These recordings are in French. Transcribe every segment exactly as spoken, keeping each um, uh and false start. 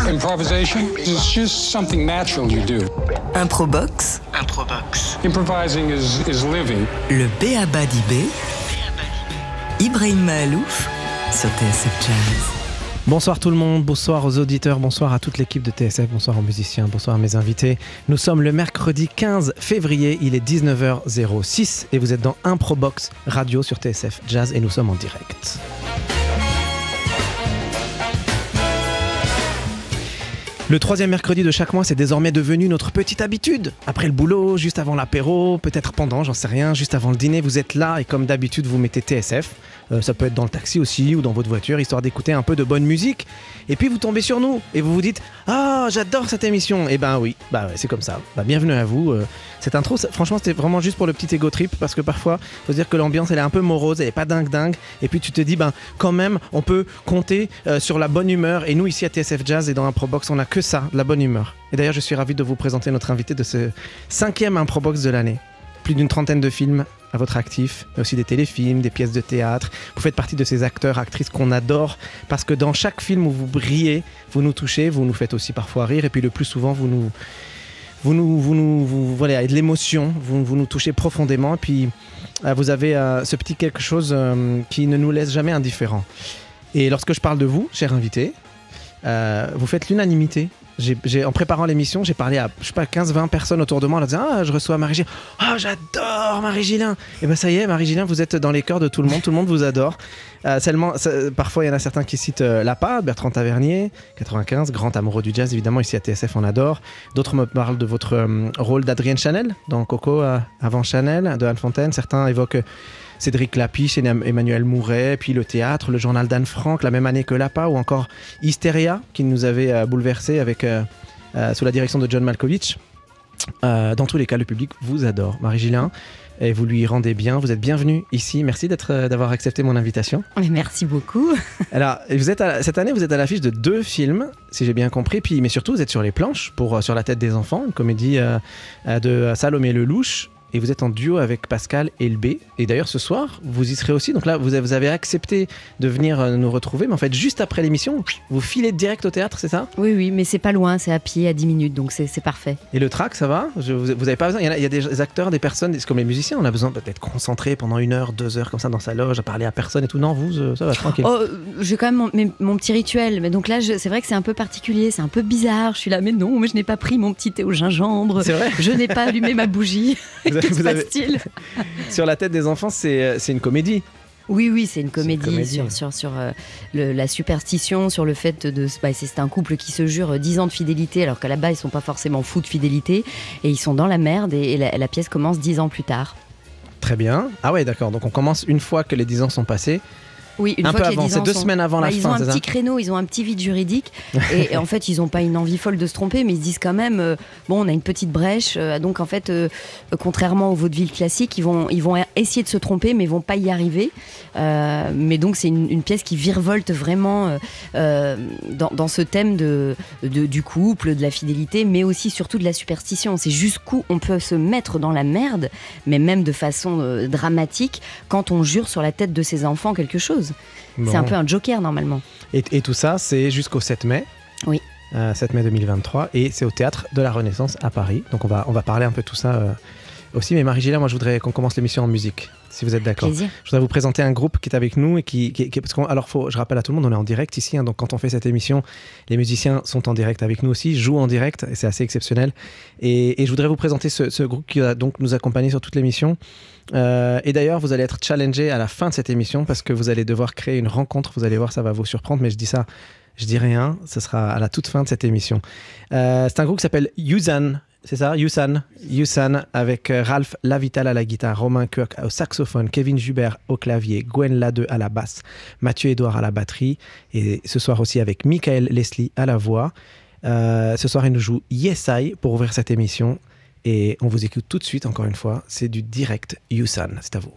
Improvisation is just something natural you do. Improbox. Improbox. Improvising is, is living. Le B.A.B.A. d'I B. Ibrahim Mahalouf sur T S F Jazz. Bonsoir tout le monde, bonsoir aux auditeurs, bonsoir à toute l'équipe de T S F, bonsoir aux musiciens, bonsoir à mes invités. Nous sommes le mercredi quinze février, il est dix-neuf heures six et vous êtes dans Improbox Radio sur T S F Jazz et nous sommes en direct. Le troisième mercredi de chaque mois, c'est désormais devenu notre petite habitude. Après le boulot, juste avant l'apéro, peut-être pendant, j'en sais rien, juste avant le dîner, vous êtes là et comme d'habitude, vous mettez T S F. Euh, ça peut être dans le taxi aussi ou dans votre voiture, histoire d'écouter un peu de bonne musique. Et puis vous tombez sur nous et vous vous dites « Ah, oh, j'adore cette émission !» Eh ben oui, bah ouais, c'est comme ça. Bah, bienvenue à vous. Euh, cette intro, ça, franchement, c'était vraiment juste pour le petit ego trip parce que parfois, il faut se dire que l'ambiance, elle est un peu morose, elle est pas dingue dingue. Et puis tu te dis, ben quand même, on peut compter euh, sur la bonne humeur. Et nous, ici à T S F Jazz et dans Improbox, on a que ça, de la bonne humeur. Et d'ailleurs, je suis ravi de vous présenter notre invité de ce cinquième Improbox de l'année. Plus d'une trentaine de films à votre actif, mais aussi des téléfilms, des pièces de théâtre. Vous faites partie de ces acteurs, actrices qu'on adore, parce que dans chaque film où vous brillez, vous nous touchez, vous nous faites aussi parfois rire, et puis le plus souvent, vous nous... Vous nous, vous nous, vous, voilà, avec de l'émotion, vous, vous nous touchez profondément, et puis euh, vous avez euh, ce petit quelque chose euh, qui ne nous laisse jamais indifférents. Et lorsque je parle de vous, cher invité, euh, vous faites l'unanimité. J'ai, j'ai, en préparant l'émission, j'ai parlé à je sais pas, quinze vingt personnes autour de moi en leur disant « Ah, je reçois Marie-Gilin. Ah, oh, j'adore Marie-Gilin !» Et bien ça y est, Marie-Gilin, vous êtes dans les cœurs de tout le monde. Tout le monde vous adore. Euh, seulement, ça, parfois, il y en a certains qui citent euh, Lapa, Bertrand Tavernier, quatre-vingt-quinze, grand amoureux du jazz, évidemment, ici à T S F, on adore. D'autres me parlent de votre euh, rôle d'Adrienne Chanel dans Coco euh, avant Chanel, de Anne Fontaine. Certains évoquent euh, Cédric Lapiche et Emmanuel Mouret, puis le théâtre, le journal d'Anne Frank, la même année que Lapa, ou encore Hysteria, qui nous avait euh, bouleversés avec, euh, euh, sous la direction de John Malkovich. Euh, dans tous les cas, le public vous adore. Marie-Gilin, et vous lui rendez bien. Vous êtes bienvenue ici. Merci d'être, euh, d'avoir accepté mon invitation. Mais merci beaucoup. Alors, vous êtes à, cette année, vous êtes à l'affiche de deux films, si j'ai bien compris. Puis, mais surtout, vous êtes sur les planches pour euh, Sur la tête des enfants, une comédie euh, de Salomé Lelouch. Et vous êtes en duo avec Pascal Elbé. Et d'ailleurs, ce soir, vous y serez aussi. Donc là, vous avez, vous avez accepté de venir nous retrouver. Mais en fait, juste après l'émission, vous filez direct au théâtre, c'est ça ? Oui, oui, mais c'est pas loin. C'est à pied, à dix minutes. Donc c'est, c'est parfait. Et le track, ça va ? Je, vous, vous avez pas besoin. Il y, a, il y a des acteurs, des personnes, c'est comme les musiciens. On a besoin peut-être concentré pendant une heure, deux heures, comme ça, dans sa loge, à parler à personne et tout. Non, vous, ça va, tranquille. Oh, j'ai quand même mon, mes, mon petit rituel. Mais donc là, je, c'est vrai que c'est un peu particulier. C'est un peu bizarre. Je suis là, mais non, mais je n'ai pas pris mon petit thé au gingembre. C'est vrai ? Je n'ai pas allumé ma bougie. Vous Qu'est-ce vous avez... passe-t-il ? Sur la tête des enfants, c'est, c'est une comédie. Oui, oui, c'est une comédie, c'est une comédie. sur, sur, sur euh, le, la superstition, sur le fait de... Bah, c'est, c'est un couple qui se jure dix ans de fidélité, alors qu'à la base, ils ne sont pas forcément fous de fidélité, et ils sont dans la merde, et, et la, la pièce commence dix ans plus tard. Très bien. Ah ouais, d'accord. Donc on commence une fois que les dix ans sont passés. Oui, une un fois peu que avant, les dix c'est ans deux sont... semaines avant bah, la ils fin, ont un c'est petit ça ? créneau, ils ont un petit vide juridique et, et en fait ils n'ont pas une envie folle de se tromper, mais ils se disent quand même euh, bon, on a une petite brèche, euh, donc en fait euh, contrairement au vaudeville classique, ils vont, ils vont essayer de se tromper mais ils vont pas y arriver, euh, mais donc c'est une, une pièce qui virevolte vraiment euh, dans, dans ce thème de, de, du couple, de la fidélité, mais aussi surtout de la superstition. C'est jusqu'où on peut se mettre dans la merde, mais même de façon euh, dramatique, quand on jure sur la tête de ses enfants quelque chose. Bon. C'est un peu un joker normalement. Et, et tout ça, c'est jusqu'au sept mai. Oui. Euh, sept mai deux mille vingt-trois. Et c'est au Théâtre de la Renaissance à Paris. Donc on va, on va parler un peu de tout ça euh, aussi. Mais Marie-Gilin, moi je voudrais qu'on commence l'émission en musique, si vous êtes d'accord. Plaisir. Je voudrais vous présenter un groupe qui est avec nous. Et qui, qui, qui, parce qu'on, alors faut, je rappelle à tout le monde, on est en direct ici. Hein, donc quand on fait cette émission, les musiciens sont en direct avec nous aussi, jouent en direct. Et c'est assez exceptionnel. Et, et je voudrais vous présenter ce, ce groupe qui va donc nous accompagner sur toute l'émission. Euh, et d'ailleurs, vous allez être challengé à la fin de cette émission parce que vous allez devoir créer une rencontre. Vous allez voir, ça va vous surprendre, mais je dis ça, je dis rien. Ce sera à la toute fin de cette émission. Euh, c'est un groupe qui s'appelle Yusan. C'est ça, Yusan. Yusan avec Ralph Lavital à la guitare, Romain Kirk au saxophone, Kevin Jubert au clavier, Gwen Ladeux à la basse, Mathieu Edouard à la batterie. Et ce soir aussi avec Michael Leslie à la voix. Euh, ce soir, il nous joue Yes I pour ouvrir cette émission. Et on vous écoute tout de suite, encore une fois. C'est du direct Yusan. C'est à vous.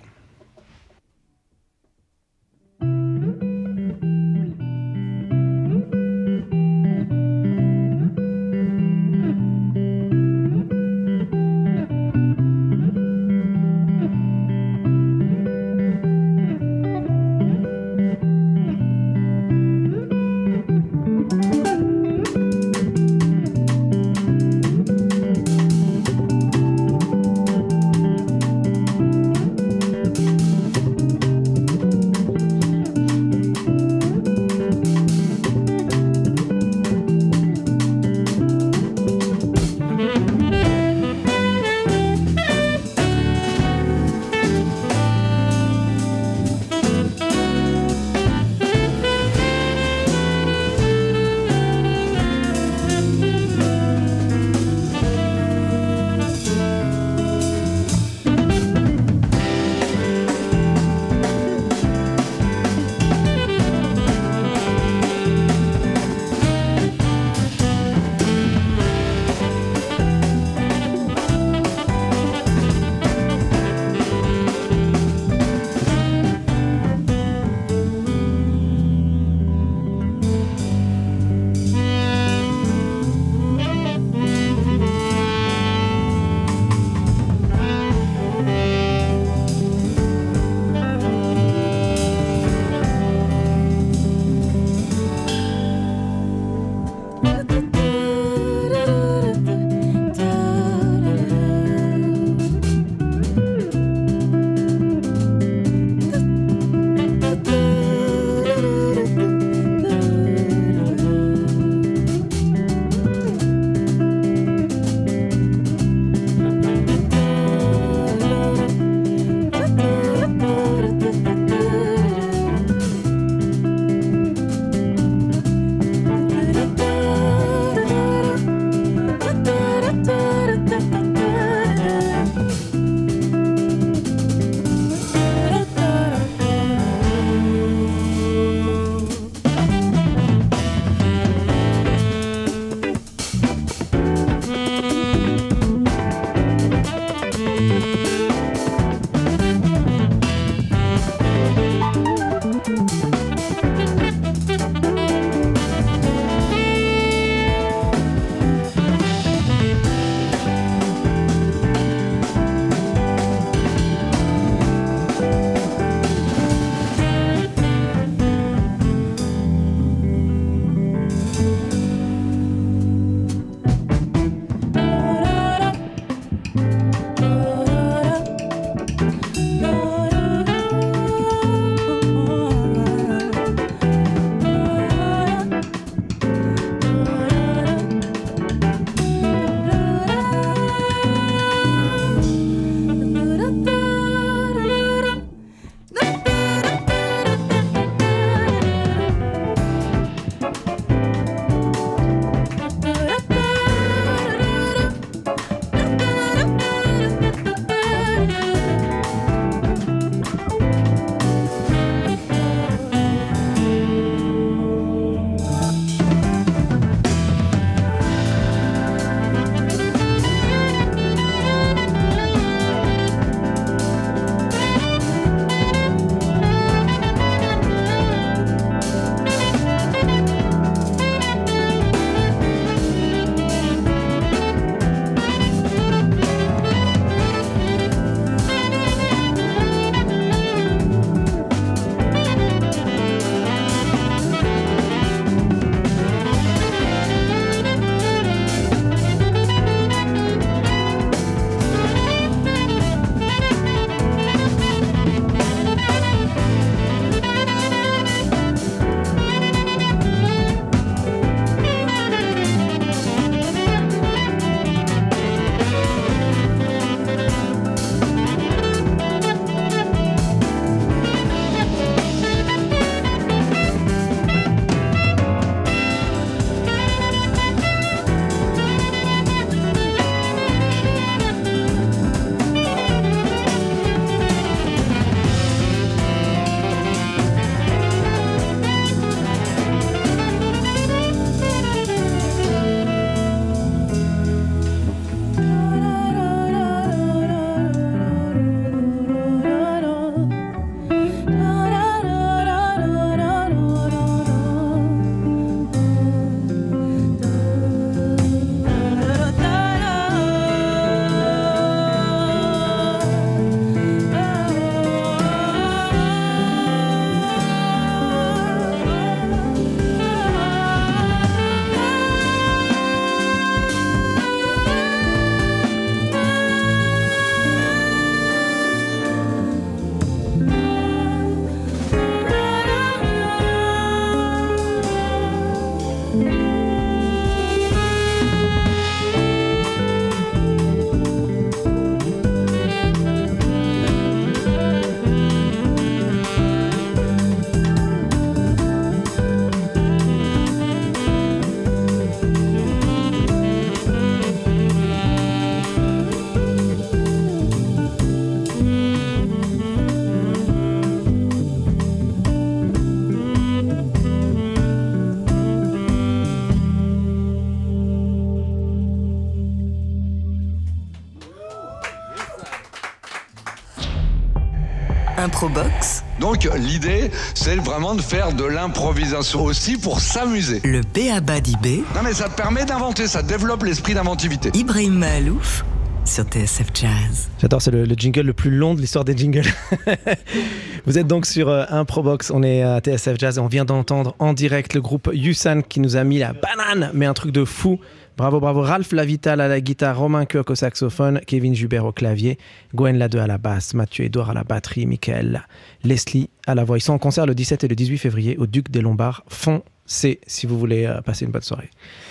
Improbox, Donc l'idée, c'est vraiment de faire de l'improvisation aussi pour s'amuser. le B.A.B.A. d'I B, Non mais ça te permet d'inventer, ça développe l'esprit d'inventivité. Ibrahim Mahalouf sur T S F Jazz. J'adore, c'est le, le jingle le plus long de l'histoire des jingles. Vous êtes donc sur euh, Improbox, on est à T S F Jazz et on vient d'entendre en direct le groupe Yusan qui nous a mis la banane, mais un truc de fou. Bravo, bravo. Ralph Lavital à la guitare, Romain Kirk au saxophone, Kevin Jubert au clavier, Gwen Ladeux à la basse, Mathieu Edouard à la batterie, Michael Leslie à la voix. Ils sont en concert le dix-sept et le dix-huit février au Duc des Lombards. Foncez si vous voulez euh, passer une bonne soirée.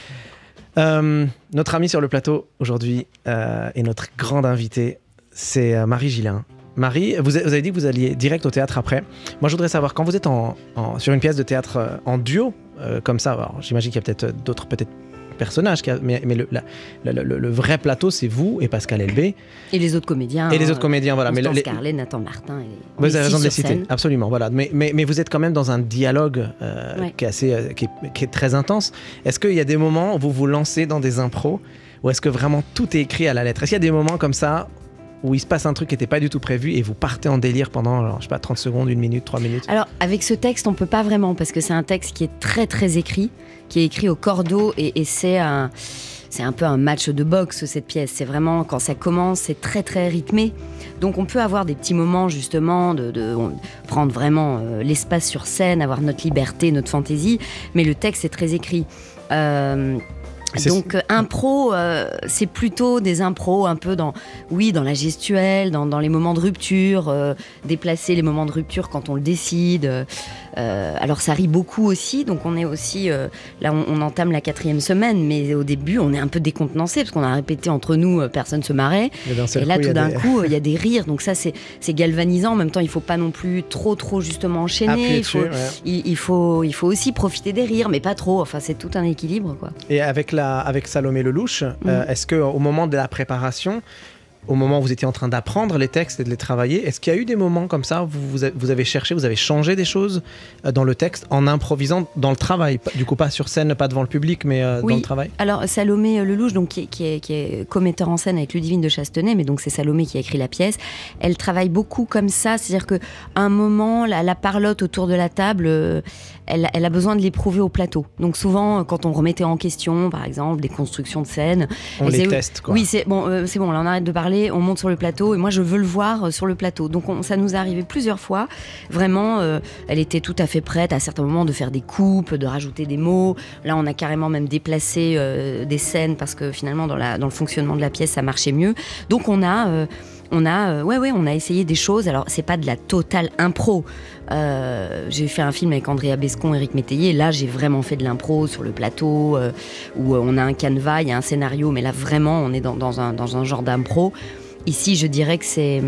Euh, notre amie sur le plateau aujourd'hui euh, et notre grande invitée, c'est euh, Marie Gillin. Marie, vous, a- vous avez dit que vous alliez direct au théâtre après. Moi, je voudrais savoir, quand vous êtes en, en- sur une pièce de théâtre euh, en duo, euh, comme ça, alors, j'imagine qu'il y a peut-être d'autres peut-être personnages, qui a- mais, mais le, la- le- le- le vrai plateau, c'est vous et Pascal Elbé. Et les autres comédiens. Et les hein, autres comédiens, voilà. Mais Constance les- Carlet, Nathan Martin. Et Vous avez les raison six de les sur citer, scène. absolument. Voilà. Mais, mais, mais vous êtes quand même dans un dialogue euh, Ouais. qui, est assez, euh, qui, est, qui est très intense. Est-ce qu'il y a des moments où vous vous lancez dans des impros ou est-ce que vraiment tout est écrit à la lettre? Est-ce qu'il y a des moments comme ça où il se passe un truc qui n'était pas du tout prévu et vous partez en délire pendant, alors, je sais pas, trente secondes, une minute, trois minutes? Alors, avec ce texte, on peut pas vraiment, parce que c'est un texte qui est très, très écrit, qui est écrit au cordeau, et, et c'est un, c'est un peu un match de boxe, cette pièce. C'est vraiment, quand ça commence, c'est très, très rythmé. Donc, on peut avoir des petits moments, justement, de, de on- prendre vraiment euh, l'espace sur scène, avoir notre liberté, notre fantaisie, mais le texte est très écrit. Euh, C'est- Donc euh, impro, euh, c'est plutôt des impros un peu dans, oui, dans la gestuelle, dans, dans les moments de rupture, euh, déplacer les moments de rupture quand on le décide. Euh, alors ça rit beaucoup aussi, donc on est aussi, euh, là on, on entame la quatrième semaine, mais au début on est un peu décontenancé parce qu'on a répété entre nous, euh, personne se marrait. Et, d'un seul Et là, coup, il y tout a d'un des- coup, euh, il y a des rires. Donc ça, c'est c'est galvanisant. En même temps, il faut pas non plus trop, trop justement enchaîner. Appuyer Il faut, dessus, ouais. il, il faut, il faut aussi profiter des rires, mais pas trop. Enfin, c'est tout un équilibre, quoi. Et avec, la, avec Salomé Lelouch, euh, est-ce qu'au moment de la préparation, au moment où vous étiez en train d'apprendre les textes et de les travailler, est-ce qu'il y a eu des moments comme ça où vous, vous, a- vous avez cherché, vous avez changé des choses euh, dans le texte en improvisant dans le travail? Pas- Du coup, pas sur scène, pas devant le public, mais euh, Oui. dans le travail? Alors Salomé Lelouch, donc qui est, qui est, qui est commetteur en scène avec Ludivine de Chastenay, mais donc c'est Salomé qui a écrit la pièce. Elle travaille beaucoup comme ça, c'est-à-dire que à un moment, la, la parlotte autour de la table, euh, elle, elle a besoin de l'éprouver au plateau. Donc souvent, quand on remettait en question, par exemple, des constructions de scène, On elle les disait, teste, quoi. Oui, c'est bon, euh, c'est bon. Là, on arrête de parler, on monte sur le plateau, et moi, je veux le voir euh, sur le plateau. Donc on- ça nous est arrivé plusieurs fois. Vraiment, euh, elle était tout à fait prête à certains moments de faire des coupes, de rajouter des mots. Là, on a carrément même déplacé euh, des scènes parce que finalement, dans, la, dans le fonctionnement de la pièce, ça marchait mieux. Donc on a, euh, on a, euh, ouais, ouais, on a essayé des choses. Alors c'est pas de la totale impro. Euh, j'ai fait un film avec Andrea Bescon, Éric Métayer. Là, j'ai vraiment fait de l'impro sur le plateau euh, où euh, on a un canevas, il y a un scénario, mais là vraiment, on est dans, dans un, dans un genre d'impro. Ici, je dirais que c'est,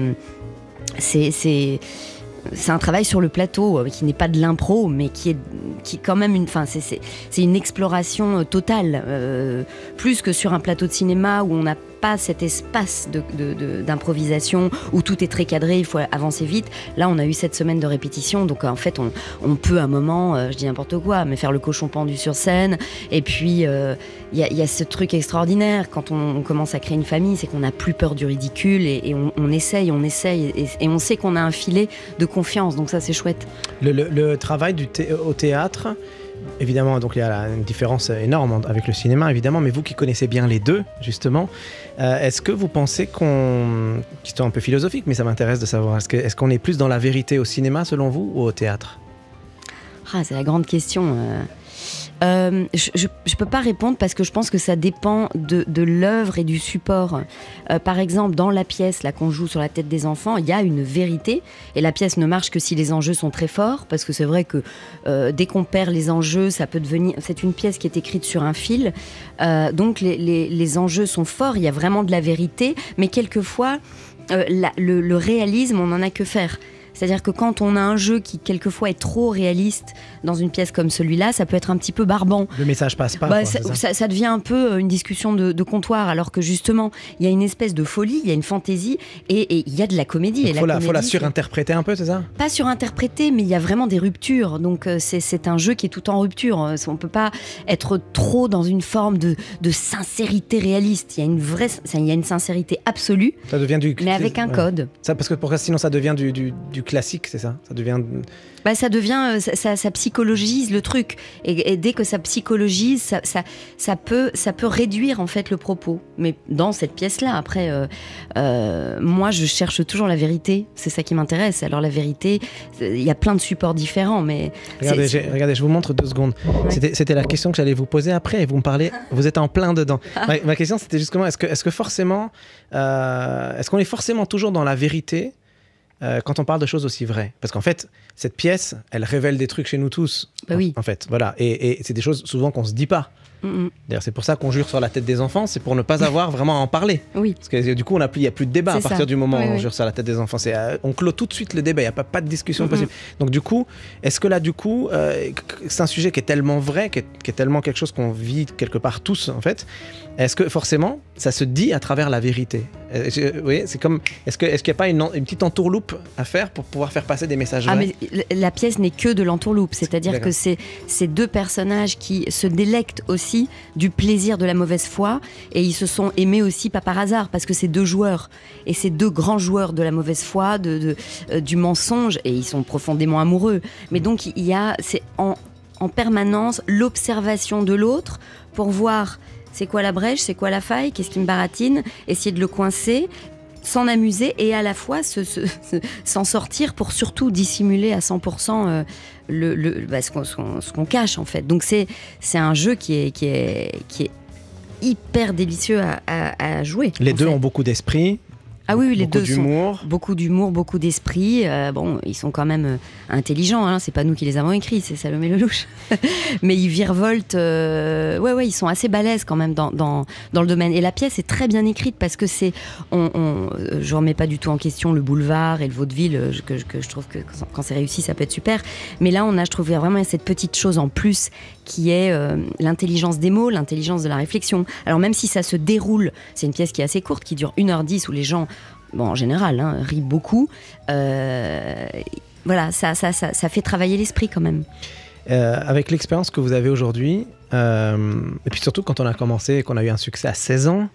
c'est, c'est, c'est un travail sur le plateau euh, qui n'est pas de l'impro, mais qui est, qui est quand même une, enfin, c'est, c'est, c'est une exploration euh, totale, euh, plus que sur un plateau de cinéma où on n'a pas cet espace de, de, de- d'improvisation où tout est très cadré, il faut avancer vite. Là, on a eu cette semaine de répétition, donc en fait, on, on peut à un moment, euh, je dis n'importe quoi, mais faire le cochon pendu sur scène. Et puis, il euh, y, a, y a ce truc extraordinaire quand on, on commence à créer une famille, c'est qu'on n'a plus peur du ridicule et, et on, on essaye, on essaye, et, et on sait qu'on a un filet de confiance, donc ça, c'est chouette. Le, le- le travail du thé- au théâtre, évidemment, donc il y a la- une différence énorme avec le cinéma, évidemment, mais vous qui connaissez bien les deux, justement, euh, est-ce que vous pensez qu'on... Question un peu philosophique, mais ça m'intéresse de savoir, est-ce, que, est-ce qu'on est plus dans la vérité au cinéma, selon vous, ou au théâtre? Ah, c'est la grande question. euh. Euh, je, je, je peux pas répondre parce que je pense que ça dépend de, de l'œuvre et du support. Euh, par exemple, dans la pièce là qu'on joue sur la tête des enfants, il y a une vérité et la pièce ne marche que si les enjeux sont très forts, parce que c'est vrai que euh, dès qu'on perd les enjeux, ça peut devenir. C'est une pièce qui est écrite sur un fil, euh, donc les, les, les enjeux sont forts. Il y a vraiment de la vérité, mais quelquefois euh, la- le, le réalisme, on n'en a que faire. C'est-à-dire que quand on a un jeu qui quelquefois est trop réaliste dans une pièce comme celui-là, ça peut être un petit peu barbant. Le message passe pas. Bah, quoi, ça, c'est ça ça- ça devient un peu une discussion de, de comptoir, alors que justement, il y a une espèce de folie, il y a une fantaisie et et il y a de la comédie. Donc, et faut, la, comédie, faut la c'est- surinterpréter un peu, c'est ça? pas surinterprété, mais il y a vraiment des ruptures. Donc euh, c'est, c'est un jeu qui est tout en rupture. Euh, On peut pas être trop dans une forme de, de sincérité réaliste. Il y a une vraie, ça, il y a une sincérité absolue, Ça devient du... mais avec un ouais. code. Ça, parce que pour, sinon ça devient du, du, du classique, c'est ça? Ça devient... Bah, ça devient, ça, ça, ça psychologise le truc, et, et dès que ça psychologise, ça, ça, ça peut, ça peut réduire en fait le propos. Mais dans cette pièce-là, après, euh, euh, moi, je cherche toujours la vérité. C'est ça qui m'intéresse. Alors la vérité, il y a plein de supports différents, mais regardez, j'ai, regardez, je vous montre deux secondes. Ouais. C'était, c'était la question que j'allais vous poser après, et vous me parlez, vous êtes en plein dedans. Ma, ma question, c'était justement, est-ce que, est-ce que forcément, euh, est-ce qu'on est forcément toujours dans la vérité? Euh, quand on parle de choses aussi vraies. Parce qu'en fait, cette pièce, elle révèle des trucs chez nous tous. Bah oui. En fait, voilà. Et, et c'est des choses souvent qu'on ne se dit pas. Mm-hmm. D'ailleurs, c'est pour ça qu'on jure sur la tête des enfants, c'est pour ne pas avoir vraiment à en parler. Oui. Parce que du coup, il n'y a plus de débat c'est à partir ça. Du moment oui, où on oui. jure sur la tête des enfants. C'est, euh, on clôt tout de suite le débat, il n'y a pas, pas de discussion mm-hmm. possible. Donc du coup, est-ce que là, du coup, euh, c'est un sujet qui est tellement vrai, qui est, qui est tellement quelque chose qu'on vit quelque part tous, en fait. Est-ce que forcément, ça se dit à travers la vérité? Vous voyez, c'est comme, est-ce que, est-ce qu'il n'y a pas une, une petite entourloupe à faire pour pouvoir faire passer des messages ah, vrais? Mais la pièce n'est que de l'entourloupe, c'est-à-dire D'accord. que c'est ces deux personnages qui se délectent aussi du plaisir de la mauvaise foi, et ils se sont aimés aussi pas par hasard, parce que c'est deux joueurs, et c'est deux grands joueurs de la mauvaise foi, de, de, euh, du mensonge, et ils sont profondément amoureux. Mais donc il y a, c'est en, en permanence l'observation de l'autre pour voir c'est quoi la brèche, c'est quoi la faille, qu'est-ce qui me baratine, essayer de le coincer, s'en amuser et à la fois se, se, se, s'en sortir pour surtout dissimuler à cent pour cent euh, le, le, bah, ce, qu'on, ce, qu'on, ce qu'on cache en fait. Donc c'est, c'est un jeu qui est, qui est, qui est hyper délicieux à, à, à jouer. Les deux fait. ont beaucoup d'esprit. Ah oui, oui les beaucoup deux d'humour. sont beaucoup d'humour, beaucoup d'esprit. Euh, bon, ils sont quand même euh, intelligents. Hein, c'est pas nous qui les avons écrits, c'est Salomé Lelouch. Mais ils virevoltent. Euh, ouais, ouais, ils sont assez balèzes quand même dans, dans dans le domaine. Et la pièce est très bien écrite parce que c'est, on, on, je remets pas du tout en question le boulevard et le vaudeville euh, que, que je trouve que quand c'est réussi, ça peut être super. Mais là, on a, je trouve vraiment cette petite chose en plus qui est euh, l'intelligence des mots, l'intelligence de la réflexion. Alors même si ça se déroule, c'est une pièce qui est assez courte, qui dure une heure dix, où les gens, bon, en général, hein, rient beaucoup. Euh, voilà, ça, ça, ça, ça fait travailler l'esprit quand même. Euh, avec l'expérience que vous avez aujourd'hui, euh, et puis surtout quand on a commencé, qu'on a eu un succès à seize ans,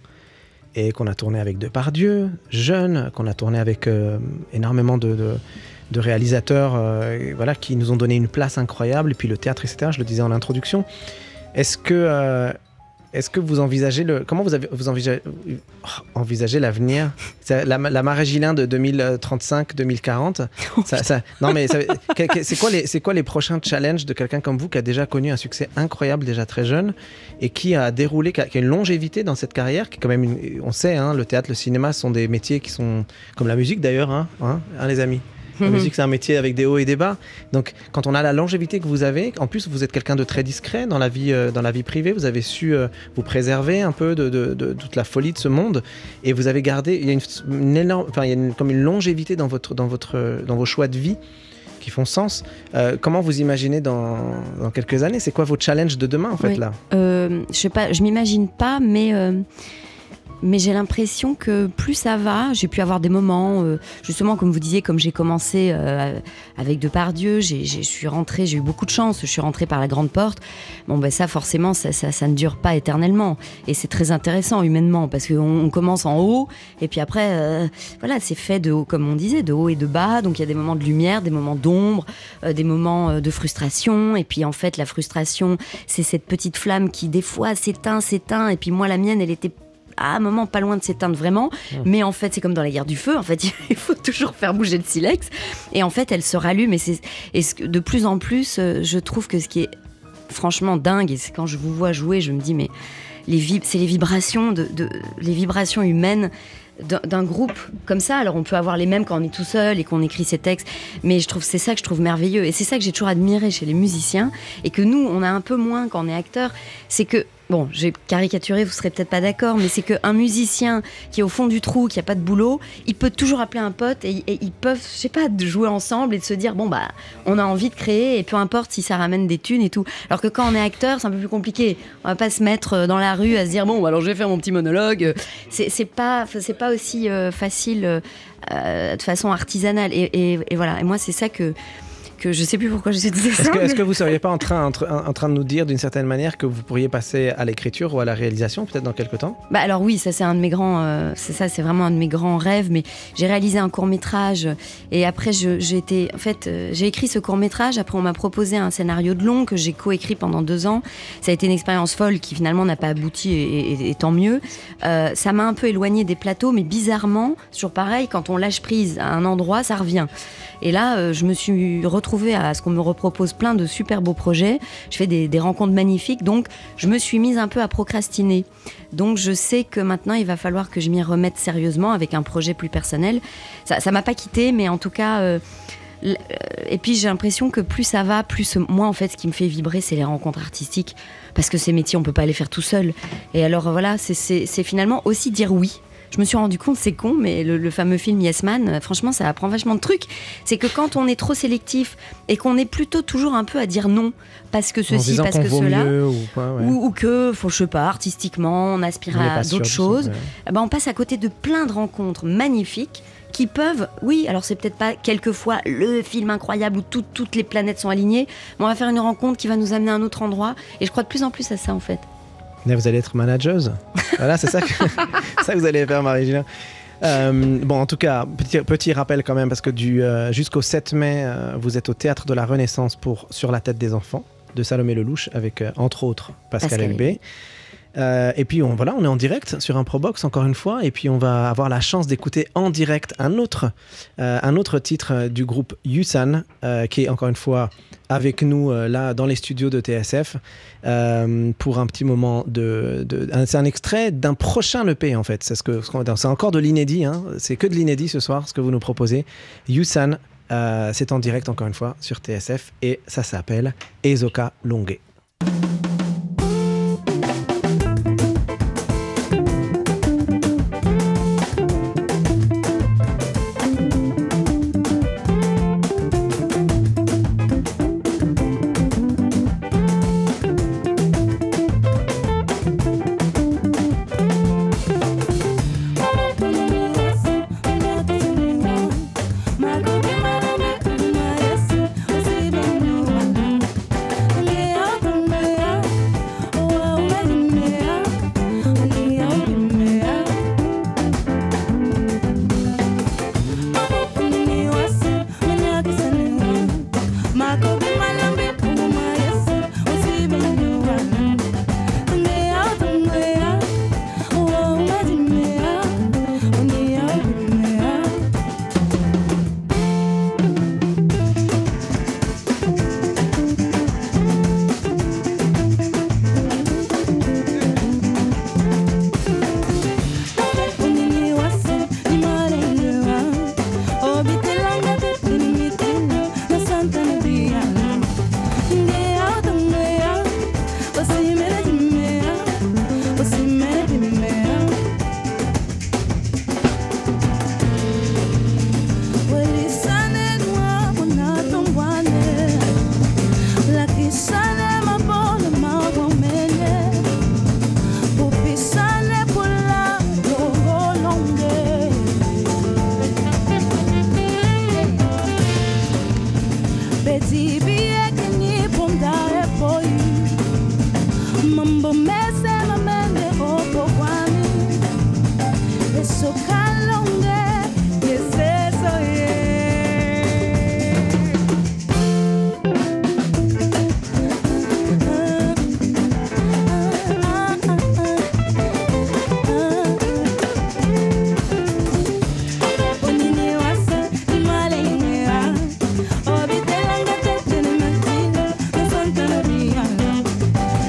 et qu'on a tourné avec Depardieu, jeune, qu'on a tourné avec euh, énormément de... de de réalisateurs euh, voilà, qui nous ont donné une place incroyable, et puis le théâtre, et cetera. Je le disais en introduction. Est-ce que, euh, est-ce que vous envisagez le... Comment vous, avez, vous envisagez, oh, envisagez l'avenir? C'est la, la Marie-Gilin de deux mille trente-cinq deux mille quarante ça, ça, non mais ça, c'est, quoi les, c'est quoi les prochains challenges de quelqu'un comme vous qui a déjà connu un succès incroyable déjà très jeune et qui a déroulé, qui a, qui a une longévité dans cette carrière qui est quand même une, on sait, hein, le théâtre, le cinéma sont des métiers qui sont comme la musique d'ailleurs, hein, hein, hein les amis. La musique, c'est un métier avec des hauts et des bas. Donc, quand on a la longévité que vous avez, en plus, vous êtes quelqu'un de très discret dans la vie, euh, dans la vie privée. Vous avez su euh, vous préserver un peu de, de, de, de toute la folie de ce monde. Et vous avez gardé... Il y a une, une énorme... Enfin, il y a une, comme une longévité dans, votre, dans, votre, dans vos choix de vie qui font sens. Euh, comment vous imaginez dans, dans quelques années? C'est quoi vos challenges de demain, en fait, oui. là euh, Je sais pas, je m'imagine pas, mais... Euh... Mais j'ai l'impression que plus ça va, j'ai pu avoir des moments, euh, justement comme vous disiez, comme j'ai commencé euh, avec Depardieu, j'ai, j'ai, je suis rentrée, j'ai eu beaucoup de chance, je suis rentrée par la grande porte. Bon ben ça forcément, ça, ça, ça ne dure pas éternellement. Et c'est très intéressant humainement, parce qu'on on commence en haut, et puis après, euh, voilà, c'est fait de haut, comme on disait, de haut et de bas. Donc il y a des moments de lumière, des moments d'ombre, euh, des moments de frustration. Et puis en fait, la frustration, c'est cette petite flamme qui des fois s'éteint, s'éteint. Et puis moi, la mienne, elle était à un moment pas loin de s'éteindre vraiment, mmh. mais en fait c'est comme dans la guerre du feu, en fait il faut toujours faire bouger le silex, et en fait elle se rallume, et, c'est, et de plus en plus je trouve que ce qui est franchement dingue, et c'est quand je vous vois jouer, je me dis mais les vib- c'est les vibrations, de, de, les vibrations humaines d'un, d'un groupe comme ça. Alors on peut avoir les mêmes quand on est tout seul et qu'on écrit ses textes, mais je trouve, c'est ça que je trouve merveilleux, et c'est ça que j'ai toujours admiré chez les musiciens, et que nous on a un peu moins quand on est acteur, c'est que bon, j'ai caricaturé, vous serez peut-être pas d'accord, mais c'est qu'un musicien qui est au fond du trou, qui a pas de boulot, il peut toujours appeler un pote et, et ils peuvent, je sais pas, de jouer ensemble et de se dire bon bah on a envie de créer, et peu importe si ça ramène des thunes et tout. Alors que quand on est acteur, c'est un peu plus compliqué. On va pas se mettre dans la rue à se dire bon alors je vais faire mon petit monologue. C'est, c'est pas, c'est pas aussi euh, facile euh, de façon artisanale. Et, et, et voilà. Et moi c'est ça que que je sais plus pourquoi je disais ça. Est-ce que, mais... est-ce que vous ne seriez pas en train, en, tra- en train de nous dire d'une certaine manière que vous pourriez passer à l'écriture ou à la réalisation peut-être dans quelques temps ? Bah alors oui, ça c'est un de mes grands, euh, c'est ça, c'est vraiment un de mes grands rêves. Mais j'ai réalisé un court métrage et après je, j'ai été, en fait, euh, j'ai écrit ce court métrage. Après on m'a proposé un scénario de long que j'ai coécrit pendant deux ans. Ça a été une expérience folle qui finalement n'a pas abouti et, et, et tant mieux. Euh, ça m'a un peu éloigné des plateaux, mais bizarrement, c'est toujours pareil, quand on lâche prise à un endroit, ça revient. Et là, euh, je me suis retrouvée à ce qu'on me repropose plein de super beaux projets. Je fais des, des rencontres magnifiques, donc je me suis mise un peu à procrastiner. Donc je sais que maintenant, il va falloir que je m'y remette sérieusement avec un projet plus personnel. Ça, ça m'a pas quittée, mais en tout cas... Euh, et puis j'ai l'impression que plus ça va, plus moi en fait ce qui me fait vibrer c'est les rencontres artistiques, parce que ces métiers on peut pas les faire tout seul. Et alors voilà, c'est, c'est, c'est finalement aussi dire oui. Je me suis rendu compte, c'est con, mais le, le fameux film Yes Man, franchement ça apprend vachement de trucs. C'est que quand on est trop sélectif et qu'on est plutôt toujours un peu à dire non, parce que ceci, parce que cela, ou, quoi, ouais. ou, ou que, faut, je sais pas, artistiquement on aspire on à d'autres choses, ça, ouais. eh ben, on passe à côté de plein de rencontres magnifiques qui peuvent, oui, alors c'est peut-être pas quelquefois le film incroyable où tout, toutes les planètes sont alignées, mais on va faire une rencontre qui va nous amener à un autre endroit, et je crois de plus en plus à ça en fait. Mais vous allez être manageuse. Voilà, c'est ça que, ça que vous allez faire, Marie-Julien. Euh, bon, en tout cas, petit, petit rappel quand même, parce que du, euh, jusqu'au sept mai, euh, vous êtes au Théâtre de la Renaissance pour Sur la tête des enfants, de Salomé Lelouch, avec, euh, entre autres, Pascal, Pascal Elbé. Euh, et puis on, voilà, on est en direct sur Improbox encore une fois, et puis on va avoir la chance d'écouter en direct un autre, euh, un autre titre du groupe Yusan, euh, qui est encore une fois avec nous euh, là dans les studios de T S F euh, pour un petit moment de, de un, c'est un extrait d'un prochain E P en fait, c'est, ce que, ce qu'on, c'est encore de l'inédit, hein, c'est que de l'inédit ce soir ce que vous nous proposez. Yusan, euh, c'est en direct encore une fois sur T S F et ça s'appelle Ezoka Longue.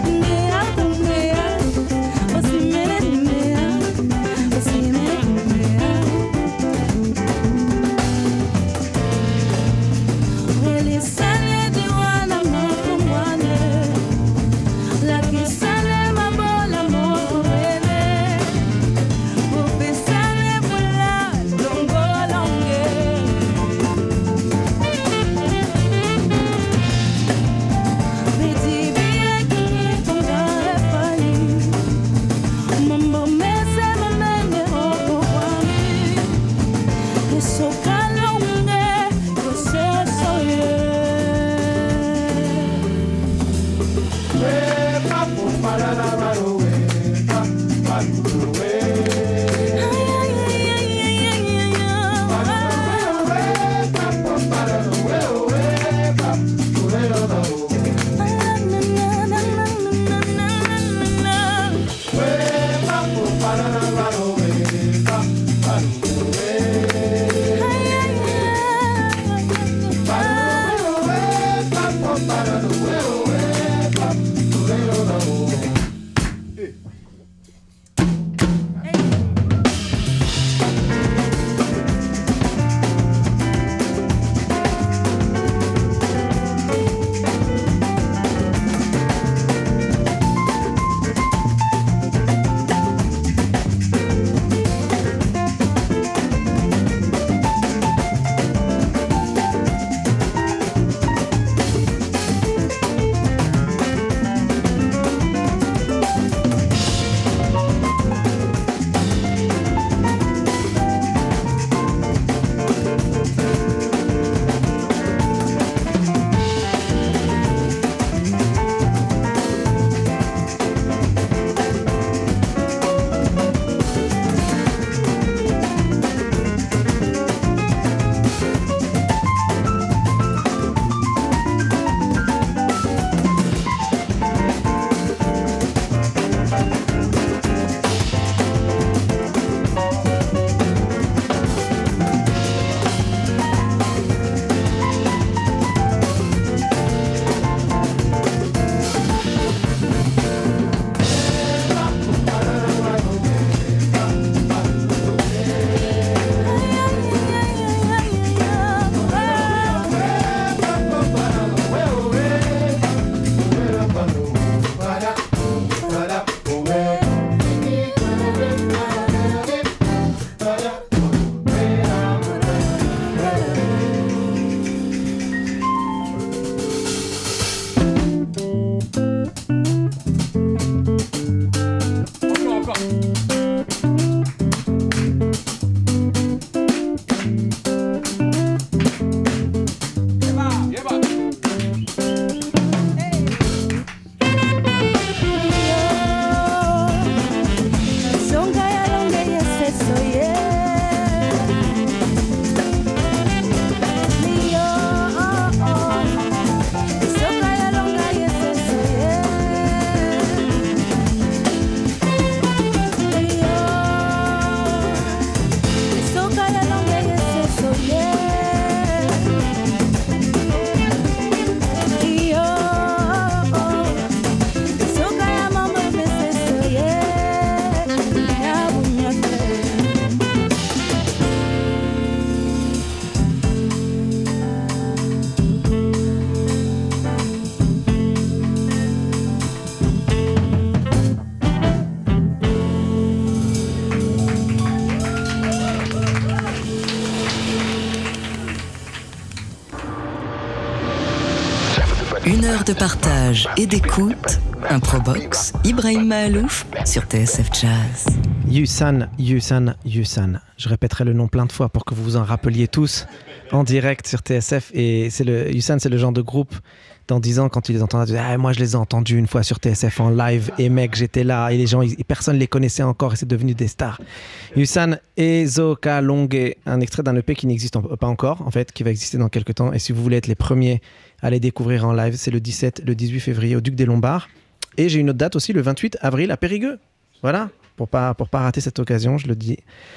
Yeah. Une heure de partage et d'écoute. Improbox, Ibrahim Mahalouf sur T S F Jazz. Youssane, Youssane, Youssane. Je répéterai le nom plein de fois pour que vous vous en rappeliez tous en direct sur T S F. Et c'est le, Youssane, c'est le genre de groupe, dans dix ans, quand tu les entendras, tu dis ah, moi je les ai entendus une fois sur T S F en live. Et mec, j'étais là. Et les gens, ils, personne ne les connaissait encore et c'est devenu des stars. Youssane et Zoka Longue, un extrait d'un E P qui n'existe en, pas encore, en fait, qui va exister dans quelques temps. Et si vous voulez être les premiers à les découvrir en live, c'est le dix-sept, le dix-huit février au Duc des Lombards. Et j'ai une autre date aussi, le vingt-huit avril à Périgueux. Voilà, pour pas, pour pas rater cette occasion, je le dis.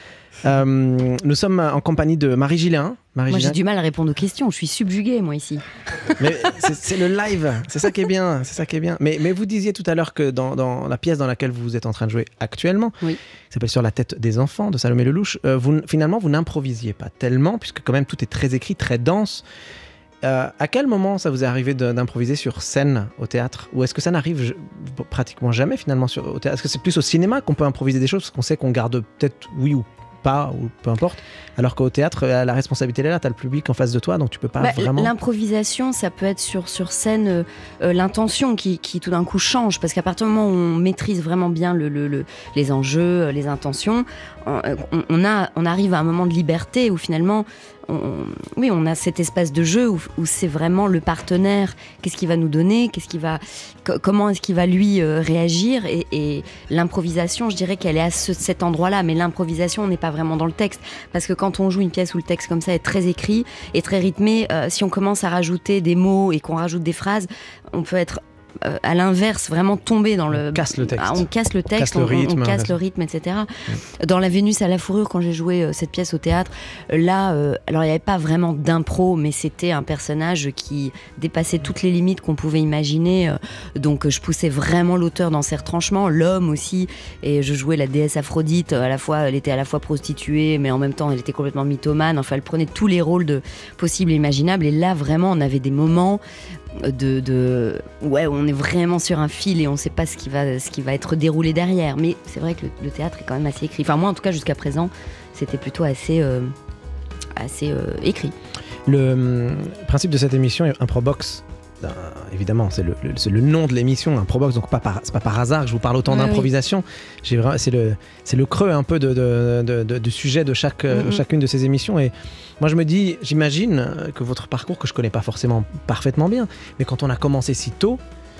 Euh, nous sommes en compagnie de Marie Gilin. Marie moi, Gilin. j'ai du mal à répondre aux questions. Je suis subjuguée, moi, ici. Mais c'est, c'est le live, c'est ça qui est bien. C'est ça qui est bien. Mais, mais vous disiez tout à l'heure que dans, dans la pièce dans laquelle vous êtes en train de jouer actuellement, oui. qui s'appelle Sur la tête des enfants de Salomé Lelouch, euh, vous, finalement, vous n'improvisiez pas tellement, puisque quand même tout est très écrit, très dense. Euh, à quel moment ça vous est arrivé de, d'improviser sur scène au théâtre ? Ou est-ce que ça n'arrive je, pratiquement jamais finalement sur, au théâtre ? Est-ce que c'est plus au cinéma qu'on peut improviser des choses parce qu'on sait qu'on garde peut-être oui ou pas, ou peu importe, alors qu'au théâtre, la responsabilité est là, t'as le public en face de toi, donc tu peux pas bah, vraiment... L'improvisation, ça peut être sur, sur scène euh, euh, l'intention qui, qui tout d'un coup change, parce qu'à partir du moment où on maîtrise vraiment bien le, le, le, les enjeux, les intentions, on, on, a, on arrive à un moment de liberté où finalement, on, oui, on a cet espace de jeu où, où c'est vraiment le partenaire, qu'est-ce qu'il va nous donner, qu'est-ce qu'il va, co- comment est-ce qu'il va lui euh, réagir, et, et l'improvisation, je dirais qu'elle est à ce, cet endroit-là, mais l'improvisation, on n'est pas vraiment dans le texte, parce que quand on joue une pièce où le texte comme ça est très écrit et très rythmé, euh, si on commence à rajouter des mots et qu'on rajoute des phrases, on peut être Euh, à l'inverse, vraiment tomber dans le... On casse le texte. Ah, on casse le texte, Casse le on, rythme, on casse ouais. le rythme, et cetera. Mmh. Dans La Vénus à la fourrure, quand j'ai joué euh, cette pièce au théâtre, euh, là, euh, alors il n'y avait pas vraiment d'impro, mais c'était un personnage qui dépassait toutes les limites qu'on pouvait imaginer. Euh, donc euh, je poussais vraiment l'auteur dans ses retranchements, l'homme aussi, et je jouais la déesse Aphrodite. À la fois, elle était à la fois prostituée, mais en même temps, elle était complètement mythomane. Enfin, elle prenait tous les rôles de possibles et imaginables. Et là, vraiment, on avait des moments de, de ouais, on est vraiment sur un fil et on ne sait pas ce qui va, ce qui va être déroulé derrière. Mais c'est vrai que le, le théâtre est quand même assez écrit. Enfin, moi, en tout cas, jusqu'à présent, c'était plutôt assez, euh, assez euh, écrit. Le euh, principe de cette émission est Improbox. Euh, évidemment, c'est le, le, c'est le nom de l'émission, Improbox, donc pas par, c'est pas par hasard que je vous parle autant ouais, d'improvisation. Oui. J'ai vraiment, c'est, le, c'est le creux un peu de, de, de, de, du sujet de chaque, mm-hmm. chacune de ces émissions. Et moi, je me dis, j'imagine que votre parcours, que je connais pas forcément parfaitement bien, mais quand on a commencé si tôt,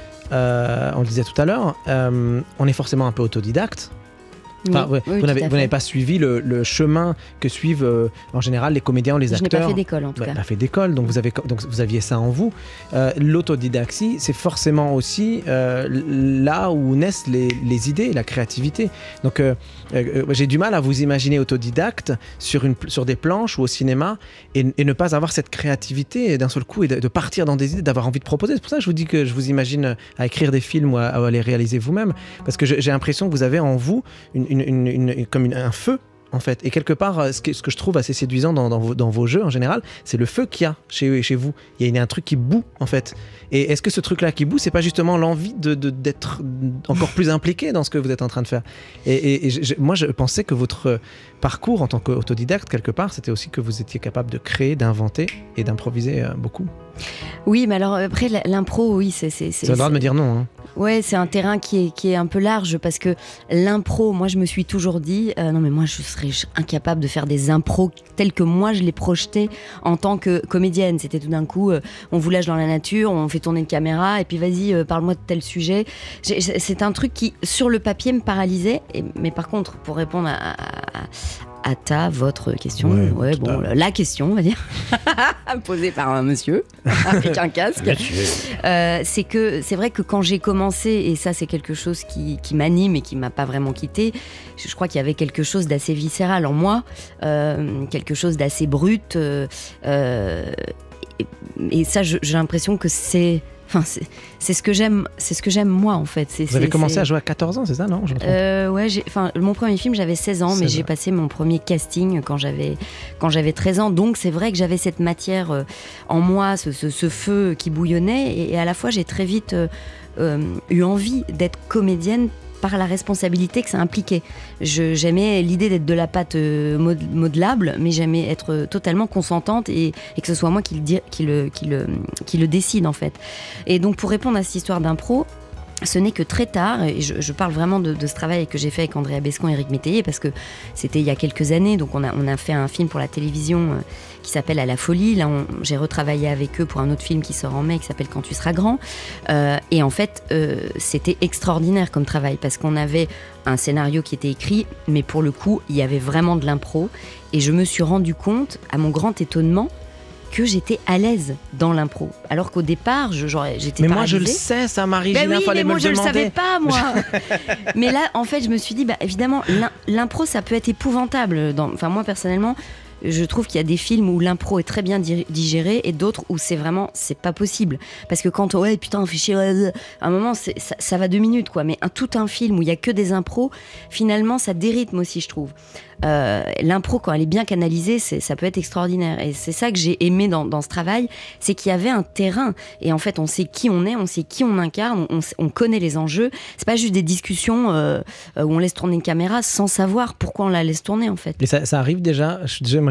euh, on le disait tout à l'heure, euh, on est forcément un peu autodidacte. Enfin, oui, ouais, oui, vous, n'avez, vous n'avez pas suivi le, le chemin que suivent euh, en général les comédiens ou les je acteurs. Je n'ai pas fait d'école en tout ouais, cas. Pas fait d'école, donc vous, avez, donc vous aviez ça en vous. Euh, l'autodidaxie, c'est forcément aussi euh, là où naissent les, les idées, la créativité. Donc euh, euh, j'ai du mal à vous imaginer autodidacte sur, une, sur des planches ou au cinéma et, et ne pas avoir cette créativité d'un seul coup et de, de partir dans des idées, d'avoir envie de proposer. C'est pour ça que je vous dis que je vous imagine à écrire des films ou à, à les réaliser vous-même, parce que je, j'ai l'impression que vous avez en vous une, une, une, une comme une, un feu en fait, et quelque part ce que, ce que je trouve assez séduisant dans, dans, vos, dans vos jeux en général, c'est le feu qu'il y a chez, chez vous. Il y a un truc qui bout en fait, et est-ce que ce truc là qui bout, c'est pas justement l'envie de, de, d'être encore plus impliqué dans ce que vous êtes en train de faire? Et, et, et je, moi je pensais que votre parcours en tant qu'autodidacte quelque part, c'était aussi que vous étiez capable de créer, d'inventer et d'improviser beaucoup. Oui, mais alors après l'impro, oui, c'est... c'est, c'est vous avez le droit de me dire non, hein. Ouais, c'est un terrain qui est, qui est un peu large, parce que l'impro, moi je me suis toujours dit, euh, non mais moi je serais incapable de faire des impros tels que moi je les projetais en tant que comédienne. C'était tout d'un coup, euh, on vous lâche dans la nature, on fait tourner une caméra et puis vas-y, euh, parle-moi de tel sujet. J'ai, c'est un truc qui, sur le papier, me paralysait. Et, mais par contre, pour répondre à... à à ta, votre question, ouais, ouais, bon, la, la question, on va dire, posée par un monsieur avec un casque, euh, c'est que c'est vrai que quand j'ai commencé, et ça c'est quelque chose qui, qui m'anime et qui m'a pas vraiment quitté, je, je crois qu'il y avait quelque chose d'assez viscéral en moi, euh, quelque chose d'assez brut, euh, euh, et, et ça je, j'ai l'impression que c'est... Enfin, c'est, c'est ce que j'aime, c'est ce que j'aime moi en fait. C'est, Vous avez c'est, commencé c'est... à jouer à quatorze ans, c'est ça, non? Je me trompe. Euh, ouais, j'ai, enfin, mon premier film, j'avais seize ans, seize mais ans. j'ai passé mon premier casting quand j'avais, quand j'avais treize ans. Donc c'est vrai que j'avais cette matière euh, en moi, ce, ce, ce feu qui bouillonnait, et, et à la fois j'ai très vite euh, euh, eu envie d'être comédienne par la responsabilité que ça impliquait. Je, j'aimais l'idée d'être de la pâte euh, mod- modelable, mais j'aimais être totalement consentante et, et que ce soit moi qui le, di- qui, le, qui, le, qui le décide en fait. Et donc pour répondre à cette histoire d'impro, ce n'est que très tard, et je, je parle vraiment de, de ce travail que j'ai fait avec Andrea Bescon et Éric Métayer, parce que c'était il y a quelques années, donc on a, on a fait un film pour la télévision euh, qui s'appelle À la folie. Là, on, j'ai retravaillé avec eux pour un autre film qui sort en mai, qui s'appelle Quand tu seras grand. Euh, et en fait, euh, c'était extraordinaire comme travail, parce qu'on avait un scénario qui était écrit, mais pour le coup, il y avait vraiment de l'impro. Et je me suis rendu compte, à mon grand étonnement, que j'étais à l'aise dans l'impro. Alors qu'au départ, je, genre, j'étais mais paralysée. moi je le sais, ça, Marie-Gina, ben oui, fallait mais me moi le je demander. le savais pas, moi. Mais là, en fait, je me suis dit, bah, évidemment, l'impro, ça peut être épouvantable. Dans... Enfin, moi, personnellement, je trouve qu'il y a des films où l'impro est très bien digéré et d'autres où c'est vraiment, c'est pas possible. Parce que quand, ouais, putain, on fait chier, à un moment, c'est, ça, ça va deux minutes, quoi. Mais un, tout un film où il y a que des impros, finalement, ça dérythme aussi, je trouve. Euh, l'impro, quand elle est bien canalisée, c'est, ça peut être extraordinaire. Et c'est ça que j'ai aimé dans, dans ce travail, c'est qu'il y avait un terrain. Et en fait, on sait qui on est, on sait qui on incarne, on, on connaît les enjeux. C'est pas juste des discussions euh, où on laisse tourner une caméra sans savoir pourquoi on la laisse tourner, en fait. Et ça, ça arrive déjà, je, déjà moi,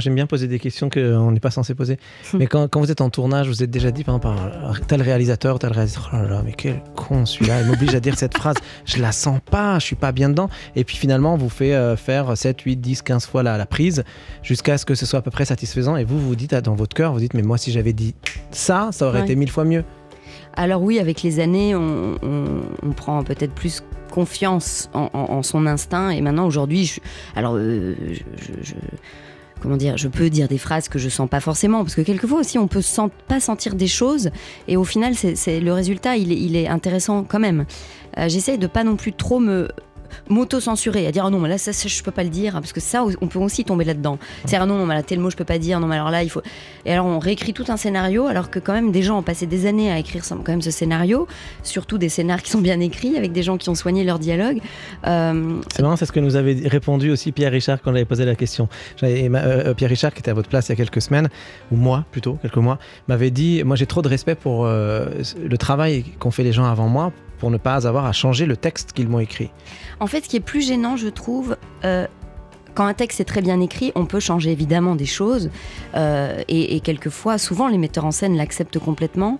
j'aime bien poser des questions qu'on n'est pas censé poser. Mais quand, quand vous êtes en tournage, vous êtes déjà dit, par exemple, par tel réalisateur, tel réalisateur, oh là là, mais quel con celui-là, il m'oblige à dire cette phrase, je la sens pas, je suis pas bien dedans. Et puis finalement, on vous fait euh, faire sept, huit, dix, quinze fois la, la prise jusqu'à ce que ce soit à peu près satisfaisant. Et vous, vous dites, dans votre cœur, vous dites, mais moi, si j'avais dit ça, ça aurait ouais. été mille fois mieux. Alors oui, avec les années, on, on, on prend peut-être plus confiance en, en, en son instinct. Et maintenant, aujourd'hui, je, alors, euh, je, je, je, comment dire, je peux dire des phrases que je sens pas forcément, parce que quelquefois aussi, on peut sent, pas sentir des choses, et au final, c'est, c'est, le résultat, il est, il est intéressant quand même. Euh, j'essaye de pas non plus trop me m'auto-censurer, à dire oh non mais là ça, ça je peux pas le dire, parce que ça on peut aussi tomber là-dedans. C'est ah non non mais là tel mot je peux pas dire, non mais alors là il faut, et alors on réécrit tout un scénario, alors que quand même des gens ont passé des années à écrire quand même ce scénario, surtout des scénars qui sont bien écrits avec des gens qui ont soigné leur dialogue. Euh... C'est marrant, c'est ce que nous avait répondu aussi Pierre Richard quand on avait posé la question. J'avais, euh, Pierre Richard qui était à votre place il y a quelques semaines, ou moi plutôt, quelques mois, m'avait dit moi j'ai trop de respect pour euh, le travail qu'ont fait les gens avant moi, pour ne pas avoir à changer le texte qu'ils m'ont écrit. En fait, ce qui est plus gênant, je trouve, euh, quand un texte est très bien écrit, on peut changer évidemment des choses, euh, et, et quelquefois, souvent, les metteurs en scène l'acceptent complètement.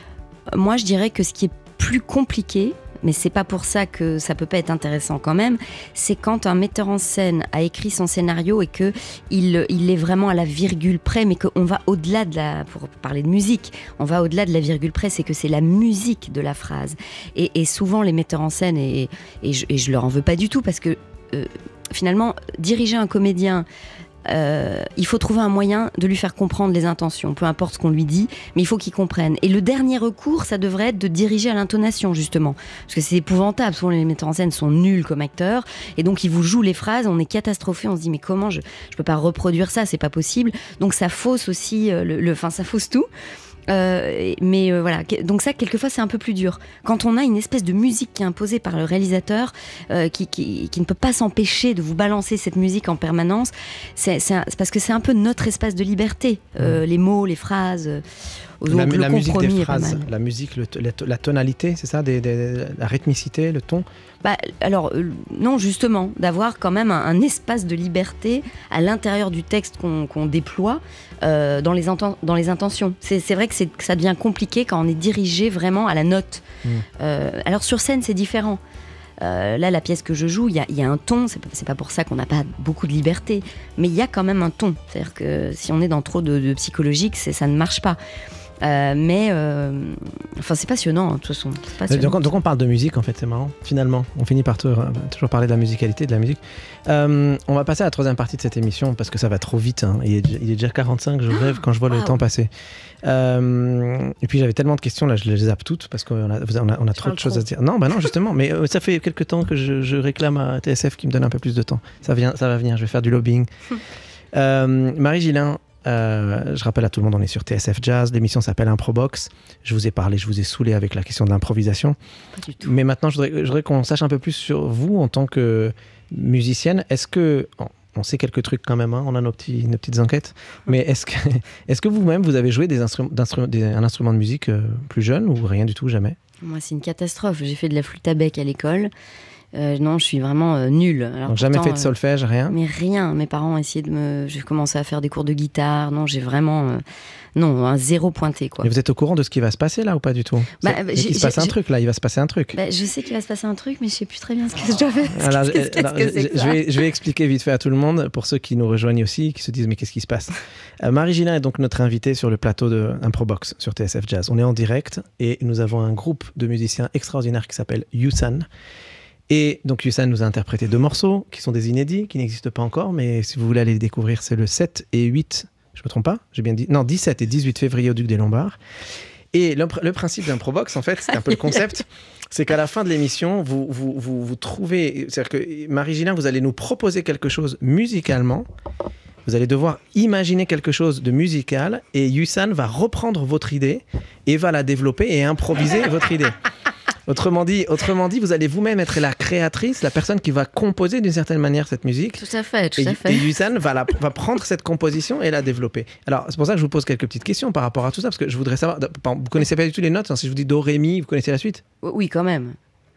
Moi, je dirais que ce qui est plus compliqué, mais c'est pas pour ça que ça peut pas être intéressant quand même, c'est quand un metteur en scène a écrit son scénario et que il, il est vraiment à la virgule près, mais qu'on va au-delà de la, pour parler de musique, on va au-delà de la virgule près, c'est que c'est la musique de la phrase. Et, et souvent les metteurs en scène, et, et, je, et je leur en veux pas du tout, parce que euh, finalement, diriger un comédien, Euh, il faut trouver un moyen de lui faire comprendre les intentions, peu importe ce qu'on lui dit, mais il faut qu'il comprenne. Et le dernier recours, ça devrait être de diriger à l'intonation, justement, parce que c'est épouvantable. Souvent les metteurs en scène sont nuls comme acteurs, et donc ils vous jouent les phrases, on est catastrophé, on se dit mais comment je je peux pas reproduire ça, c'est pas possible. Donc ça fausse aussi euh, le, le, enfin ça fausse tout. Euh, mais euh, voilà, donc ça quelquefois c'est un peu plus dur quand on a une espèce de musique qui est imposée par le réalisateur, euh, qui, qui, qui ne peut pas s'empêcher de vous balancer cette musique en permanence. C'est, c'est, un, c'est parce que c'est un peu notre espace de liberté, euh, mmh. les mots, les phrases, euh, la, le la musique des phrases, la musique, le, la, la tonalité, c'est ça, des, des, la rythmicité, le ton. Bah, alors euh, non, justement, d'avoir quand même un, un espace de liberté à l'intérieur du texte qu'on, qu'on déploie euh, dans, les inten- dans les intentions. C'est, c'est vrai que, c'est, que ça devient compliqué quand on est dirigé vraiment à la note. Mmh. Euh, alors sur scène, c'est différent. Euh, là, la pièce que je joue, il y, y a un ton, c'est pas, c'est pas pour ça qu'on n'a pas beaucoup de liberté, mais il y a quand même un ton. C'est-à-dire que si on est dans trop de, de psychologique, c'est, ça ne marche pas. Euh, mais euh, enfin c'est passionnant de toute façon. C'est passionnant. Donc, donc on parle de musique en fait, c'est marrant. Finalement, on finit par toujours, toujours parler de la musicalité, de la musique. Euh, on va passer à la troisième partie de cette émission parce que ça va trop vite. Hein. Il, est, il est déjà quarante-cinq, je rêve quand je vois wow. le temps passer. Euh, et puis j'avais tellement de questions là, je les zappe toutes parce qu'on a, on a, on a trop de choses trop. à se dire. Non, bah non justement. Mais euh, ça fait quelques temps que je, je réclame à T S F qui me donne un peu plus de temps. Ça vient, ça va venir. Je vais faire du lobbying. euh, Marie Gillin. Euh, je rappelle à tout le monde, on est sur T S F Jazz, l'émission s'appelle Improbox. Je vous ai parlé, je vous ai saoulé avec la question de l'improvisation. Pas du tout. Mais maintenant, je voudrais, je voudrais qu'on sache un peu plus sur vous en tant que musicienne. Est-ce que, on sait quelques trucs quand même, hein, on a nos, petits, nos petites enquêtes, mais est-ce que, est-ce que vous-même, vous avez joué des instru- d'instru- des, un instrument de musique euh, plus jeune ou rien du tout, jamais ? Moi, c'est une catastrophe. J'ai fait de la flûte à bec à l'école. Euh, non, je suis vraiment euh, nulle. Alors, donc jamais pourtant, fait de solfège, rien ? Mais rien. Mes parents ont essayé de me... J'ai commencé à faire des cours de guitare. Non, j'ai vraiment... Euh... Non, un zéro pointé, quoi. Mais vous êtes au courant de ce qui va se passer, là, ou pas du tout ? bah, Il se passe un truc, là. Il va se passer un truc. Bah, je sais qu'il va se passer un truc, mais je sais plus très bien ce que je dois faire. Alors, qu'est-ce, qu'est-ce alors, que c'est que je, vais, je vais expliquer vite fait à tout le monde, pour ceux qui nous rejoignent aussi, qui se disent, mais qu'est-ce qui se passe ? euh, Marie Gillin est donc notre invitée sur le plateau de Improbox sur T S F Jazz. On est en direct, et nous avons un groupe de musiciens extraordinaires qui s'appelle Yusan. Et donc Yusan nous a interprété deux morceaux qui sont des inédits, qui n'existent pas encore, mais si vous voulez aller les découvrir, c'est le sept et huit, je me trompe pas, j'ai bien dit, non, dix-sept et dix-huit février au Duc des Lombards. Et le, le principe d'Improbox, en fait, c'est un peu le concept, c'est qu'à la fin de l'émission, vous, vous, vous, vous trouvez, c'est-à-dire que Marie Gillin, vous allez nous proposer quelque chose musicalement, vous allez devoir imaginer quelque chose de musical, et Yusan va reprendre votre idée et va la développer et improviser votre idée. Autrement dit, autrement dit, vous allez vous-même être la créatrice, la personne qui va composer d'une certaine manière cette musique. Tout à fait, tout et, à fait. Et Yusan va, la, va prendre cette composition et la développer. Alors, c'est pour ça que je vous pose quelques petites questions par rapport à tout ça, parce que je voudrais savoir, vous connaissez pas du tout les notes, hein, si je vous dis do, ré, mi, vous connaissez la suite ? Oui, quand même.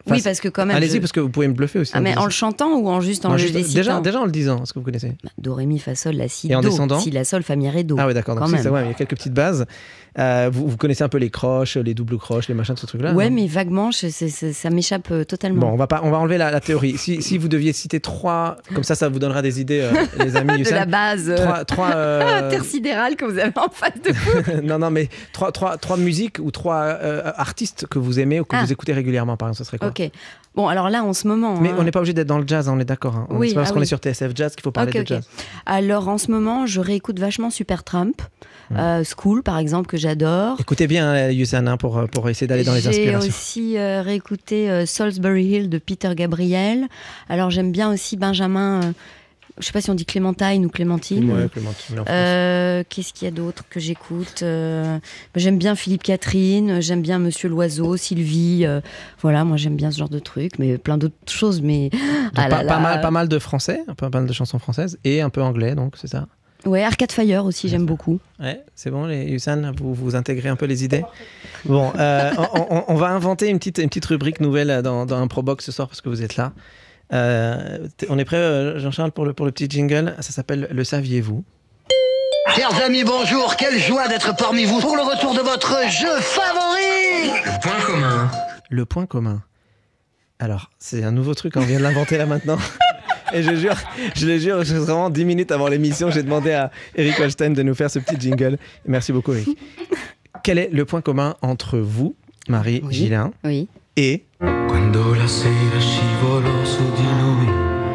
Enfin, oui, parce que quand même. Allez-y, je... parce que vous pouvez me bluffer aussi. Ah, en mais disant en le ça. chantant ou en juste en Non, le juste- décitant déjà, déjà en le disant, est-ce que vous connaissez? Bah, Do, Ré, Mi, Fa, Sol, La, Si, Et en Do. descendant Si, La, Sol, Fa, Mi, Ré, Do. Ah ouais, d'accord. Donc, Quand si, même. c'est- ouais, mais il y a quelques petites bases. Euh, vous, vous connaissez un peu les croches, les doubles croches, les machins de ce truc-là? Ouais, non mais vaguement, je- c'est- c'est- ça m'échappe euh, totalement. Bon, on va, pas, on va enlever la, la théorie. Si, si vous deviez citer trois, comme ça, ça vous donnera des idées, euh, les amis. de Youssef. la base euh, Trois, trois, euh, intersidérale que vous avez en face de vous. non, non, mais trois, trois, trois musiques ou trois euh, artistes que vous aimez ou que Ah. vous écoutez régulièrement, par exemple, ce serait quoi? Ok. Bon, alors là, en ce moment. Mais hein, on n'est pas obligé d'être dans le jazz, hein, on est d'accord. Hein. Oui, c'est pas parce ah qu'on oui. est sur T S F Jazz qu'il faut parler Ok, de ok. jazz. Alors en ce moment, je réécoute vachement Supertramp, euh, School par exemple, que j'adore. Écoutez bien, euh, Youssef, hein, pour, pour essayer d'aller dans les J'ai inspirations. aussi euh, réécouté euh, Salisbury Hill de Peter Gabriel. Alors j'aime bien aussi Benjamin, euh, je sais pas si on dit Clémentine ou Clémentine. Ouais, Clémentine, en France. Euh, Qu'est-ce qu'il y a d'autre que j'écoute Euh, J'aime bien Philippe Catherine, j'aime bien Monsieur Loiseau, Sylvie. euh, voilà, moi j'aime bien ce genre de trucs, mais plein d'autres choses. Mais Donc, ah là pas, pas là. mal, pas mal de français, pas mal de chansons françaises et un peu anglais, donc c'est ça. Ouais, Arcade Fire aussi, j'aime beaucoup. Ouais, c'est bon, les Yusan, vous, vous intégrez un peu les idées. Bon, euh, on, on- on va inventer une petite, une petite rubrique nouvelle dans, dans un Probox ce soir parce que vous êtes là. Euh, t- on est prêt, euh, Jean-Charles, pour le, pour le petit jingle. Ça s'appelle Le saviez-vous? Chers amis, bonjour, quelle joie d'être parmi vous pour le retour de votre jeu favori. Point commun. Le point commun. Alors, c'est un nouveau truc, on vient de l'inventer là maintenant. Et je jure, je le jure, je- vraiment dix minutes avant l'émission, j'ai demandé à Eric Holstein de nous faire ce petit jingle. Merci beaucoup, Eric. Quel est le point commun entre vous, Marie Oui. Gillin, Oui. et Quando la sera scivolò su di noi,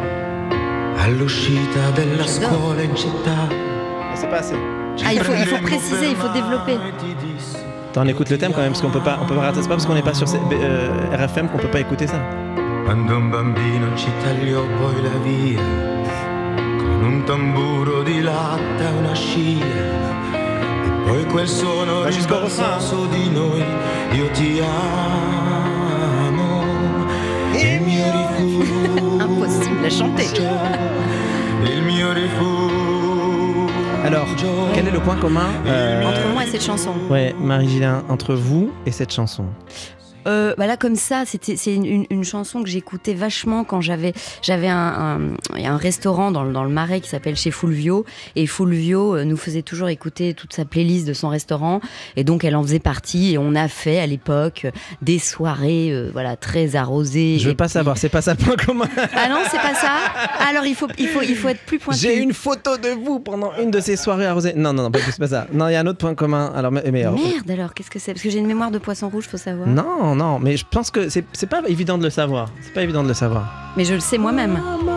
all'uscita della scuola in città. c'est pas assez. Ah, il faut, il faut préciser, il faut développer. Attends, on écoute le thème quand même, parce qu'on peut pas, on peut pas rater. C'est pas parce qu'on n'est pas sur euh, R F M qu'on peut pas écouter ça. Quando un bambino ci tagliò poi la via, con un tamburo di latta e una scia, e poi quel suono Va jusqu'au rimbalzò refrain. su di noi, io ti amo, il mio rifugio, Impossible à chanter. il mio rifugio. Alors, quel est le point commun euh, Entre moi et cette chanson. Ouais, Marie Gillin, entre vous et cette chanson. Euh, bah là, comme ça, c'était, c'est une, une, une chanson que j'écoutais vachement quand j'avais, j'avais un, un, un restaurant dans, le- dans le Marais qui s'appelle chez Fulvio. Et Fulvio euh, nous faisait toujours écouter toute sa playlist de son restaurant. Et donc, elle en faisait partie. Et on a fait à l'époque euh, des soirées euh, voilà, très arrosées. Je veux Et pas puis- savoir, c'est pas ça le point commun. Ah non, c'est pas ça. Alors, il faut, il faut, il faut être plus pointu. J'ai une photo de vous pendant une de ces soirées arrosées. Non, non, non, pas- c'est pas ça. Non, il y a un autre point commun. Alors, mais, mais, alors, Merde alors, qu'est-ce que c'est? Parce que j'ai une mémoire de poisson rouge, faut savoir. non, non, mais je pense que c'est c'est pas évident de le savoir. C'est pas évident de le savoir. Mais je le sais moi-même.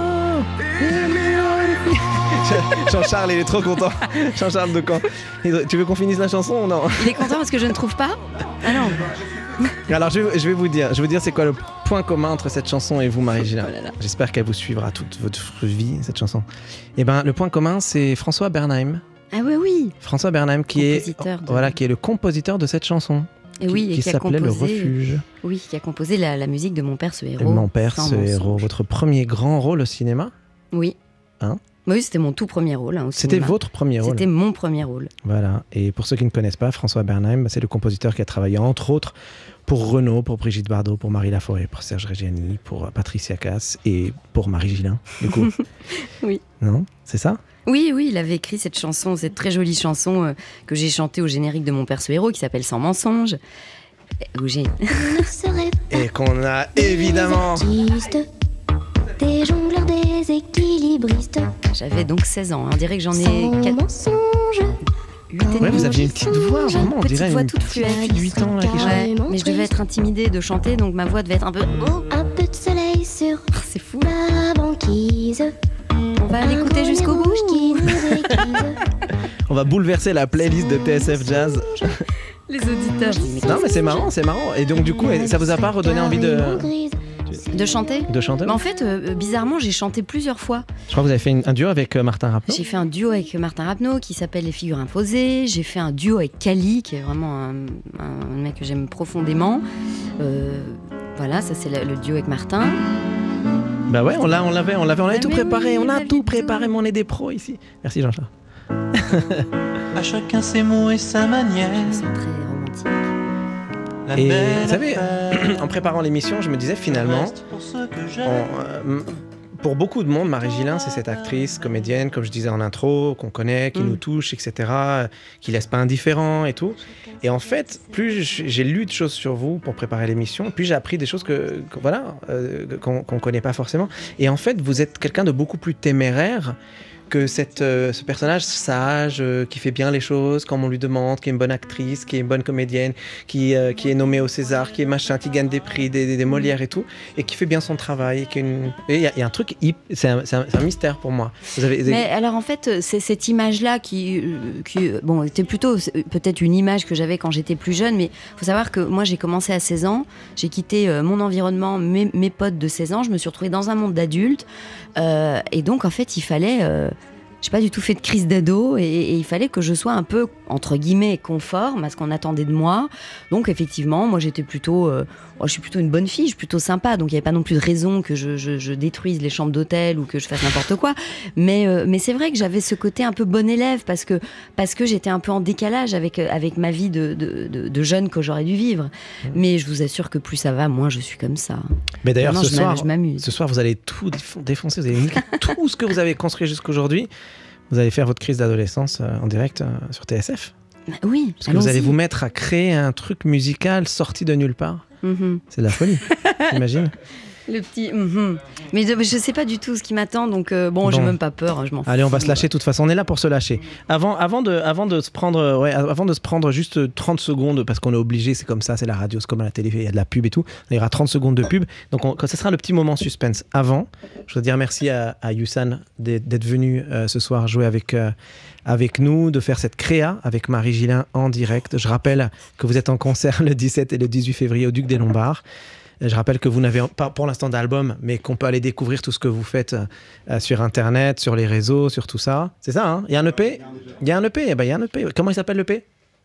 Jean-Charles, il est trop content. Jean-Charles de Caen. Tu veux qu'on finisse la chanson ou non? Il est content parce que je ne trouve pas. Ah non. Alors, je vais, je vais vous dire, je vais vous dire c'est quoi le point commun entre cette chanson et vous, Marie Gillin. Oh là là. J'espère qu'elle vous suivra toute votre vie, cette chanson. Eh ben, le point commun, c'est François Bernheim. Ah ouais, oui. François Bernheim qui est, Compositeur de- voilà, qui est le compositeur de cette chanson. Et oui, qui, et qui qui a s'appelait Le composé- Refuge. Oui, qui a composé la, la musique de Mon père, ce Et héros. Mon père, Sans ce mensonge. héros. Votre premier grand rôle au cinéma. Oui. Hein Oui, c'était mon tout premier rôle. hein, au C'était cinéma. votre premier rôle. C'était mon premier rôle. Voilà. Et pour ceux qui ne connaissent pas, François Bernheim, bah, c'est le compositeur qui a travaillé entre autres pour Renaud, pour Brigitte Bardot, pour Marie Laforêt, pour Serge Reggiani, pour euh, Patricia Cass et pour Marie Gillin, du coup. Oui. Non? C'est ça? Oui, oui, il avait écrit cette chanson, cette très jolie chanson euh, que j'ai chantée au générique de Mon père, ce héros, qui s'appelle Sans mensonge. Où j'ai... ne serait pas Et qu'on a évidemment... des artistes, des jongleurs, des équilibristes, J'avais donc seize ans. hein. On dirait que j'en ai sans quatre- mensonge. huit et Ouais, demi. vous aviez une petite voix, J'ai une vraiment, on petite dirait voix une toute petite fluette. fille de huit ans là, qui chante. Ouais, mais je devais être intimidée de chanter, donc ma voix devait être un peu... Oh, Un peu de soleil sur c'est fou. la banquise. On va l'écouter jusqu'au bout. Qui nous aiguise. On va bouleverser la playlist de T S F Jazz. Les auditeurs. Non, mais c'est marrant, c'est marrant. Et donc, du coup, ça vous a pas redonné envie de, De chanter de chanter? Mais en fait, euh, bizarrement, j'ai chanté plusieurs fois. Je crois que vous avez fait une- un duo avec euh, Martin Rapneau. J'ai fait un duo avec Martin Rapneau qui s'appelle Les Figures Imposées. J'ai fait un duo avec Kali, qui est vraiment un, un mec que j'aime profondément. Euh, voilà, ça c'est le, le duo avec Martin. Bah ouais, on l'a, on l'avait, on l'avait, on avait Ah tout mais préparé, oui, on a la tout vie préparé, de- mais on est des pros ici. Merci Jean-Charles. À chacun ses mots et sa manière. C'est très romantique. Et vous savez, en préparant l'émission, je me disais finalement, on, euh, pour beaucoup de monde, Marie Gillin, c'est cette actrice, comédienne, comme je disais en intro, qu'on connaît, qui mmh. nous touche, et cetera, qui laisse pas indifférent et tout. Et en fait, plus j'ai lu de choses sur vous pour préparer l'émission, plus j'ai appris des choses que, que voilà, euh, qu'on, qu'on connaît pas forcément. Et en fait, vous êtes quelqu'un de beaucoup plus téméraire que cette, euh, ce personnage sage, euh, qui fait bien les choses comme on lui demande, qui est une bonne actrice, qui est une bonne comédienne, qui, euh, qui est nommée au César, qui est machin, qui gagne des prix, des, des, des Molières et tout, et qui fait bien son travail. Il y, y a un truc, c'est un, c'est, un, c'est un mystère pour moi. Vous avez, vous avez... Mais alors en fait, c'est cette image-là qui, qui bon, était plutôt peut-être une image que j'avais quand j'étais plus jeune, mais il faut savoir que moi j'ai commencé à seize ans, j'ai quitté euh, mon environnement, mes, mes potes de seize ans, je me suis retrouvée dans un monde d'adultes, euh, et donc en fait il fallait... Euh, j'ai pas du tout fait de crise d'ado et, et il fallait que je sois un peu, entre guillemets, conforme à ce qu'on attendait de moi. Donc effectivement, moi j'étais plutôt, euh, oh, je suis plutôt une bonne fille, je suis plutôt sympa, donc il n'y avait pas non plus de raison que je, je, je détruise les chambres d'hôtel ou que je fasse n'importe quoi. Mais, euh, mais c'est vrai que j'avais ce côté un peu bon élève parce que, parce que j'étais un peu en décalage avec, avec ma vie de, de, de, de jeune que j'aurais dû vivre. Mmh. Mais je vous assure que plus ça va, moins je suis comme ça. Mais d'ailleurs, non, ce, je soir, je m'amuse. ce soir, vous allez tout défoncer, vous allez niquer tout ce que vous avez construit jusqu'aujourd'hui. Vous allez faire votre crise d'adolescence euh, en direct euh, sur T S F. Oui, parce que allons-y. Vous allez vous mettre à créer un truc musical sorti de nulle part. Mm-hmm. C'est de la folie, j'imagine. Le petit... Mm-hmm. Mais je ne sais pas du tout ce qui m'attend, donc euh, bon, bon. j'ai même pas peur, je m'en fous. Allez, on va se lâcher de toute façon, on est là pour se lâcher. Avant, avant, de, avant, de, se prendre, ouais, avant de se prendre juste trente secondes, parce qu'on est obligé, c'est comme ça, c'est la radio, c'est comme à la télé, il y a de la pub et tout. Il y aura trente secondes de pub, donc on, quand ce sera le petit moment suspense. Avant, je voudrais dire merci à, à Youssan d'être venu euh, ce soir jouer avec, euh, avec nous, de faire cette créa avec Marie Gillin en direct. Je rappelle que vous êtes en concert le dix-sept et le dix-huit février au Duc des Lombards. Je rappelle que vous n'avez pas pour l'instant d'album, mais qu'on peut aller découvrir tout ce que vous faites euh, sur Internet, sur les réseaux, sur tout ça. C'est ça, hein? Il y a un E P? Il y a un E P, eh ben, il y a un E P. Comment il s'appelle l'E P?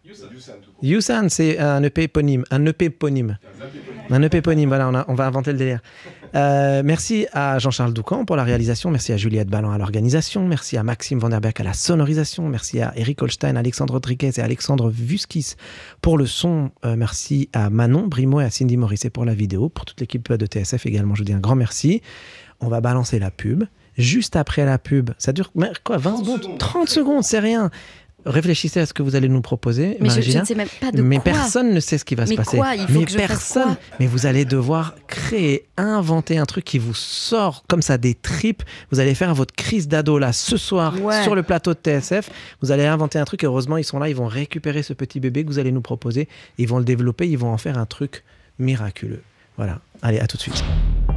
Youssan, c'est un E P éponyme. Un E P éponyme. Un E P éponyme, voilà, on, a, on va inventer le délire. Euh, merci à Jean-Charles Doucan pour la réalisation, merci à Juliette Ballan à l'organisation, merci à Maxime Vanderberg à la sonorisation, merci à Eric Holstein, Alexandre Rodriguez et Alexandre Vuskis pour le son, euh, merci à Manon Brimo et à Cindy Morisset pour la vidéo, pour toute l'équipe de T S F également, je vous dis un grand merci. On va balancer la pub. Juste après la pub, ça dure quoi, vingt secondes, trente secondes, c'est rien. Réfléchissez à ce que vous allez nous proposer, mais je, je ne sais même pas de mais quoi. Personne ne sait ce qui va mais se passer. Quoi Il faut mais que je personne. Fasse quoi mais vous allez devoir créer, inventer un truc qui vous sort comme ça des tripes. Vous allez faire votre crise d'ado là ce soir ouais. sur le plateau de T S F. Vous allez inventer un truc et heureusement ils sont là, ils vont récupérer ce petit bébé que vous allez nous proposer. Ils vont le développer, ils vont en faire un truc miraculeux. Voilà. Allez, à tout de suite.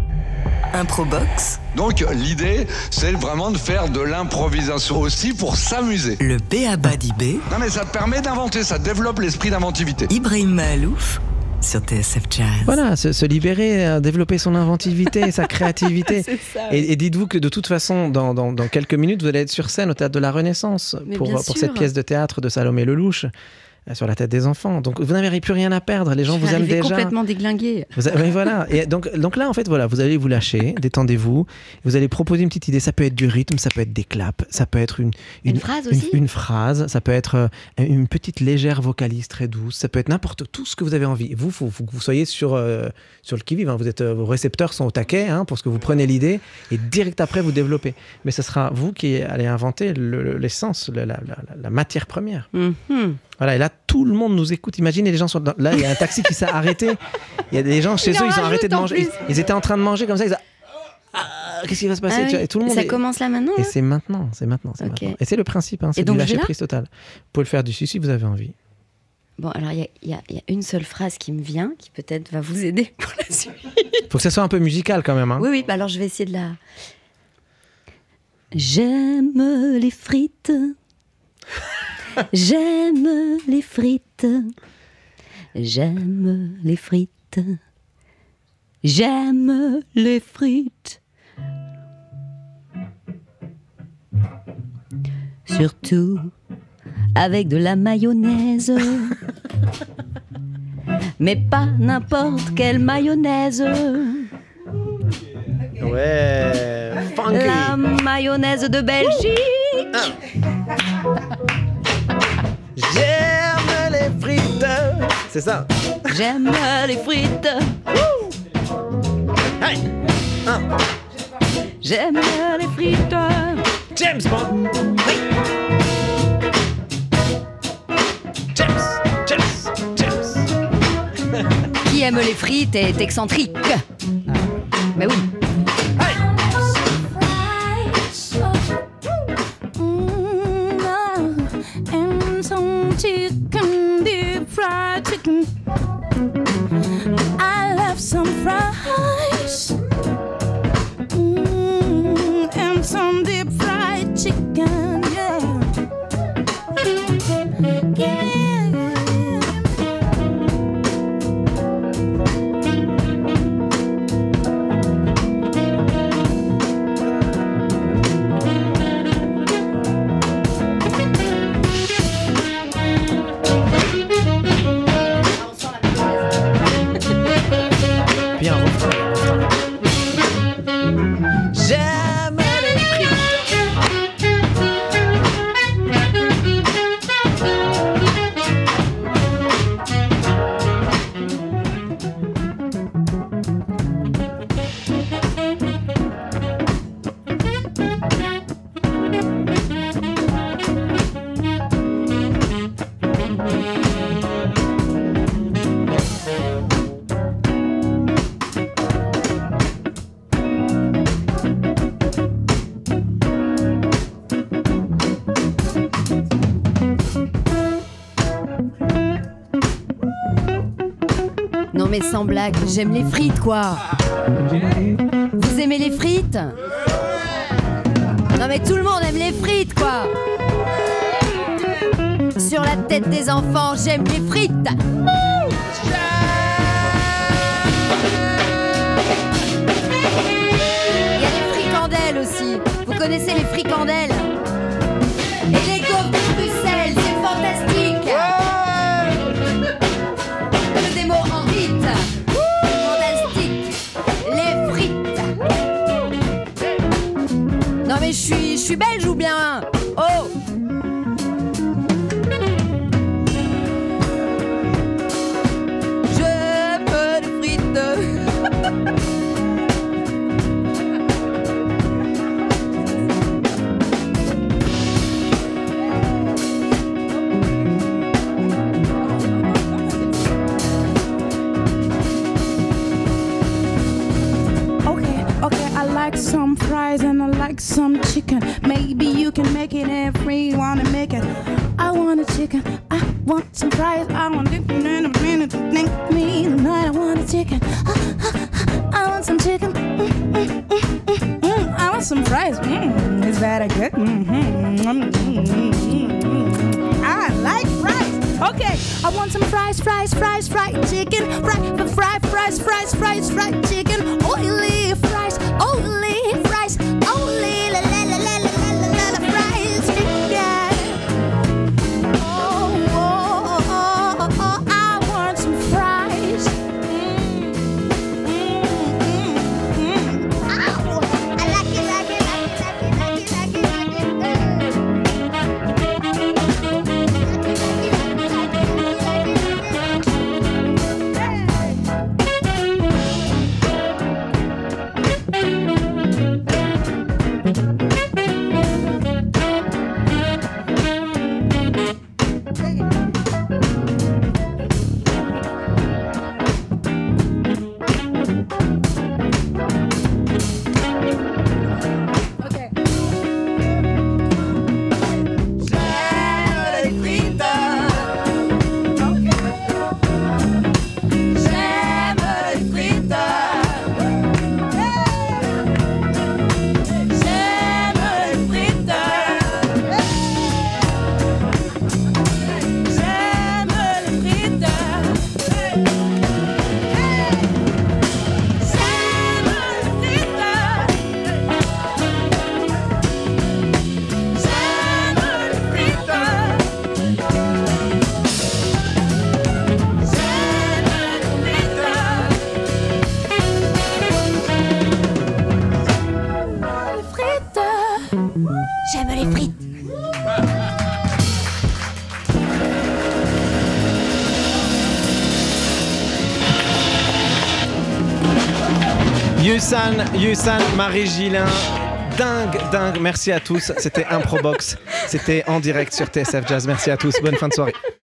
Improbox. Donc l'idée, c'est vraiment de faire de l'improvisation aussi pour s'amuser. Le B A B A d'I B. Non mais ça te permet d'inventer, ça développe l'esprit d'inventivité. Ibrahim Mahalouf sur T S F Jazz. Voilà, se, se libérer, euh, développer son inventivité, sa créativité. C'est ça. Et, et dites-vous que de toute façon, dans, dans, dans quelques minutes, vous allez être sur scène au Théâtre de la Renaissance pour, pour cette pièce de théâtre de Salomé Lelouch. Sur la tête des enfants. Donc vous n'avez plus rien à perdre. Les gens je vous aiment déjà. complètement déglingué. Vous avez, voilà. Et donc, donc là, en fait, voilà, vous allez vous lâcher, détendez-vous. Vous allez proposer une petite idée. Ça peut être du rythme, ça peut être des claps, ça peut être une, une, une phrase aussi. Une, une phrase, ça peut être une petite légère vocalise très douce. Ça peut être n'importe tout ce que vous avez envie. Vous, faut, faut que vous soyez sur euh, sur le qui-vive. Hein. Vous êtes, vos récepteurs sont au taquet hein, pour ce que vous prenez l'idée et direct après vous développez. Mais ce sera vous qui allez inventer le, l'essence, la, la, la, la matière première. Mm-hmm. Voilà, et là, tout le monde nous écoute. Imaginez, les gens sont dans... là, il y a un taxi qui s'est arrêté. Il y a des gens chez il eux, ils ont arrêté de en manger. Ils, ils étaient en train de manger comme ça. Ils ont... ah, qu'est-ce qui va se passer ah, tu vois, oui. et tout le monde Ça est... commence là maintenant. Et hein c'est maintenant, c'est maintenant, c'est okay. maintenant. Et c'est le principe, hein, c'est et du donc, lâcher prise total. Vous pouvez le faire dessus si vous avez envie. Bon, alors il y, y, y a une seule phrase qui me vient, qui peut-être va vous aider pour la suite. Faut que ça soit un peu musical quand même. Hein. Oui, oui. Bah alors je vais essayer de la. J'aime les frites. J'aime les frites, j'aime les frites, j'aime les frites. Surtout avec de la mayonnaise, mais pas n'importe quelle mayonnaise. Ouais, funky. La mayonnaise de Belgique. Ah. J'aime les frites, c'est ça. J'aime les frites. Hey. Un. J'aime les frites. James Bond. Oui. James, James, James. Qui aime les frites est excentrique. Mais oui. Hey. And some chicken, deep fried chicken. I love some fries. Mm, and some deep fried chicken, yeah. Yeah. Puis un refrain. J'aime les frites. Non mais sans blague, j'aime les frites quoi. Vous aimez les frites? Non mais tout le monde aime les frites quoi. Sur la tête des enfants, j'aime les frites. Il y a les fricandelles aussi. Vous connaissez les fricandelles? Et les gaufres de Bruxelles, c'est fantastique. Que des mots en hit. Fantastique. Les frites. Non mais je suis, je suis belge ou bien? Oh. J'aime les frites. Okay, okay, I like some fries and I like some chicken. Maybe you can make it if you wanna make it. I want a chicken, I want some fries, I want chicken in a minute to make me tonight. I want a chicken, I want some chicken, mm, mm, mm, mm, mm. I want some fries, mm, is that a good? Mm-hmm. Mm, mm, mm, mm. I like fries. Okay, I want some fries, fries, fries, fried chicken, fry, fry, fries, fries, fries, fried chicken, oily fries, oily fries, oily la la la la la la la la fries chicken. Oh, oh, oh, oh, oh, I want some fries. Mm, mm, mm, mm. Ow, I like it, like it, like it, like it, like it, like it, like J'aime les frites. Yusan, Yusan, Marie Gillin. Dingue, dingue. Merci à tous. C'était Improbox. C'était en direct sur T S F Jazz. Merci à tous. Bonne fin de soirée.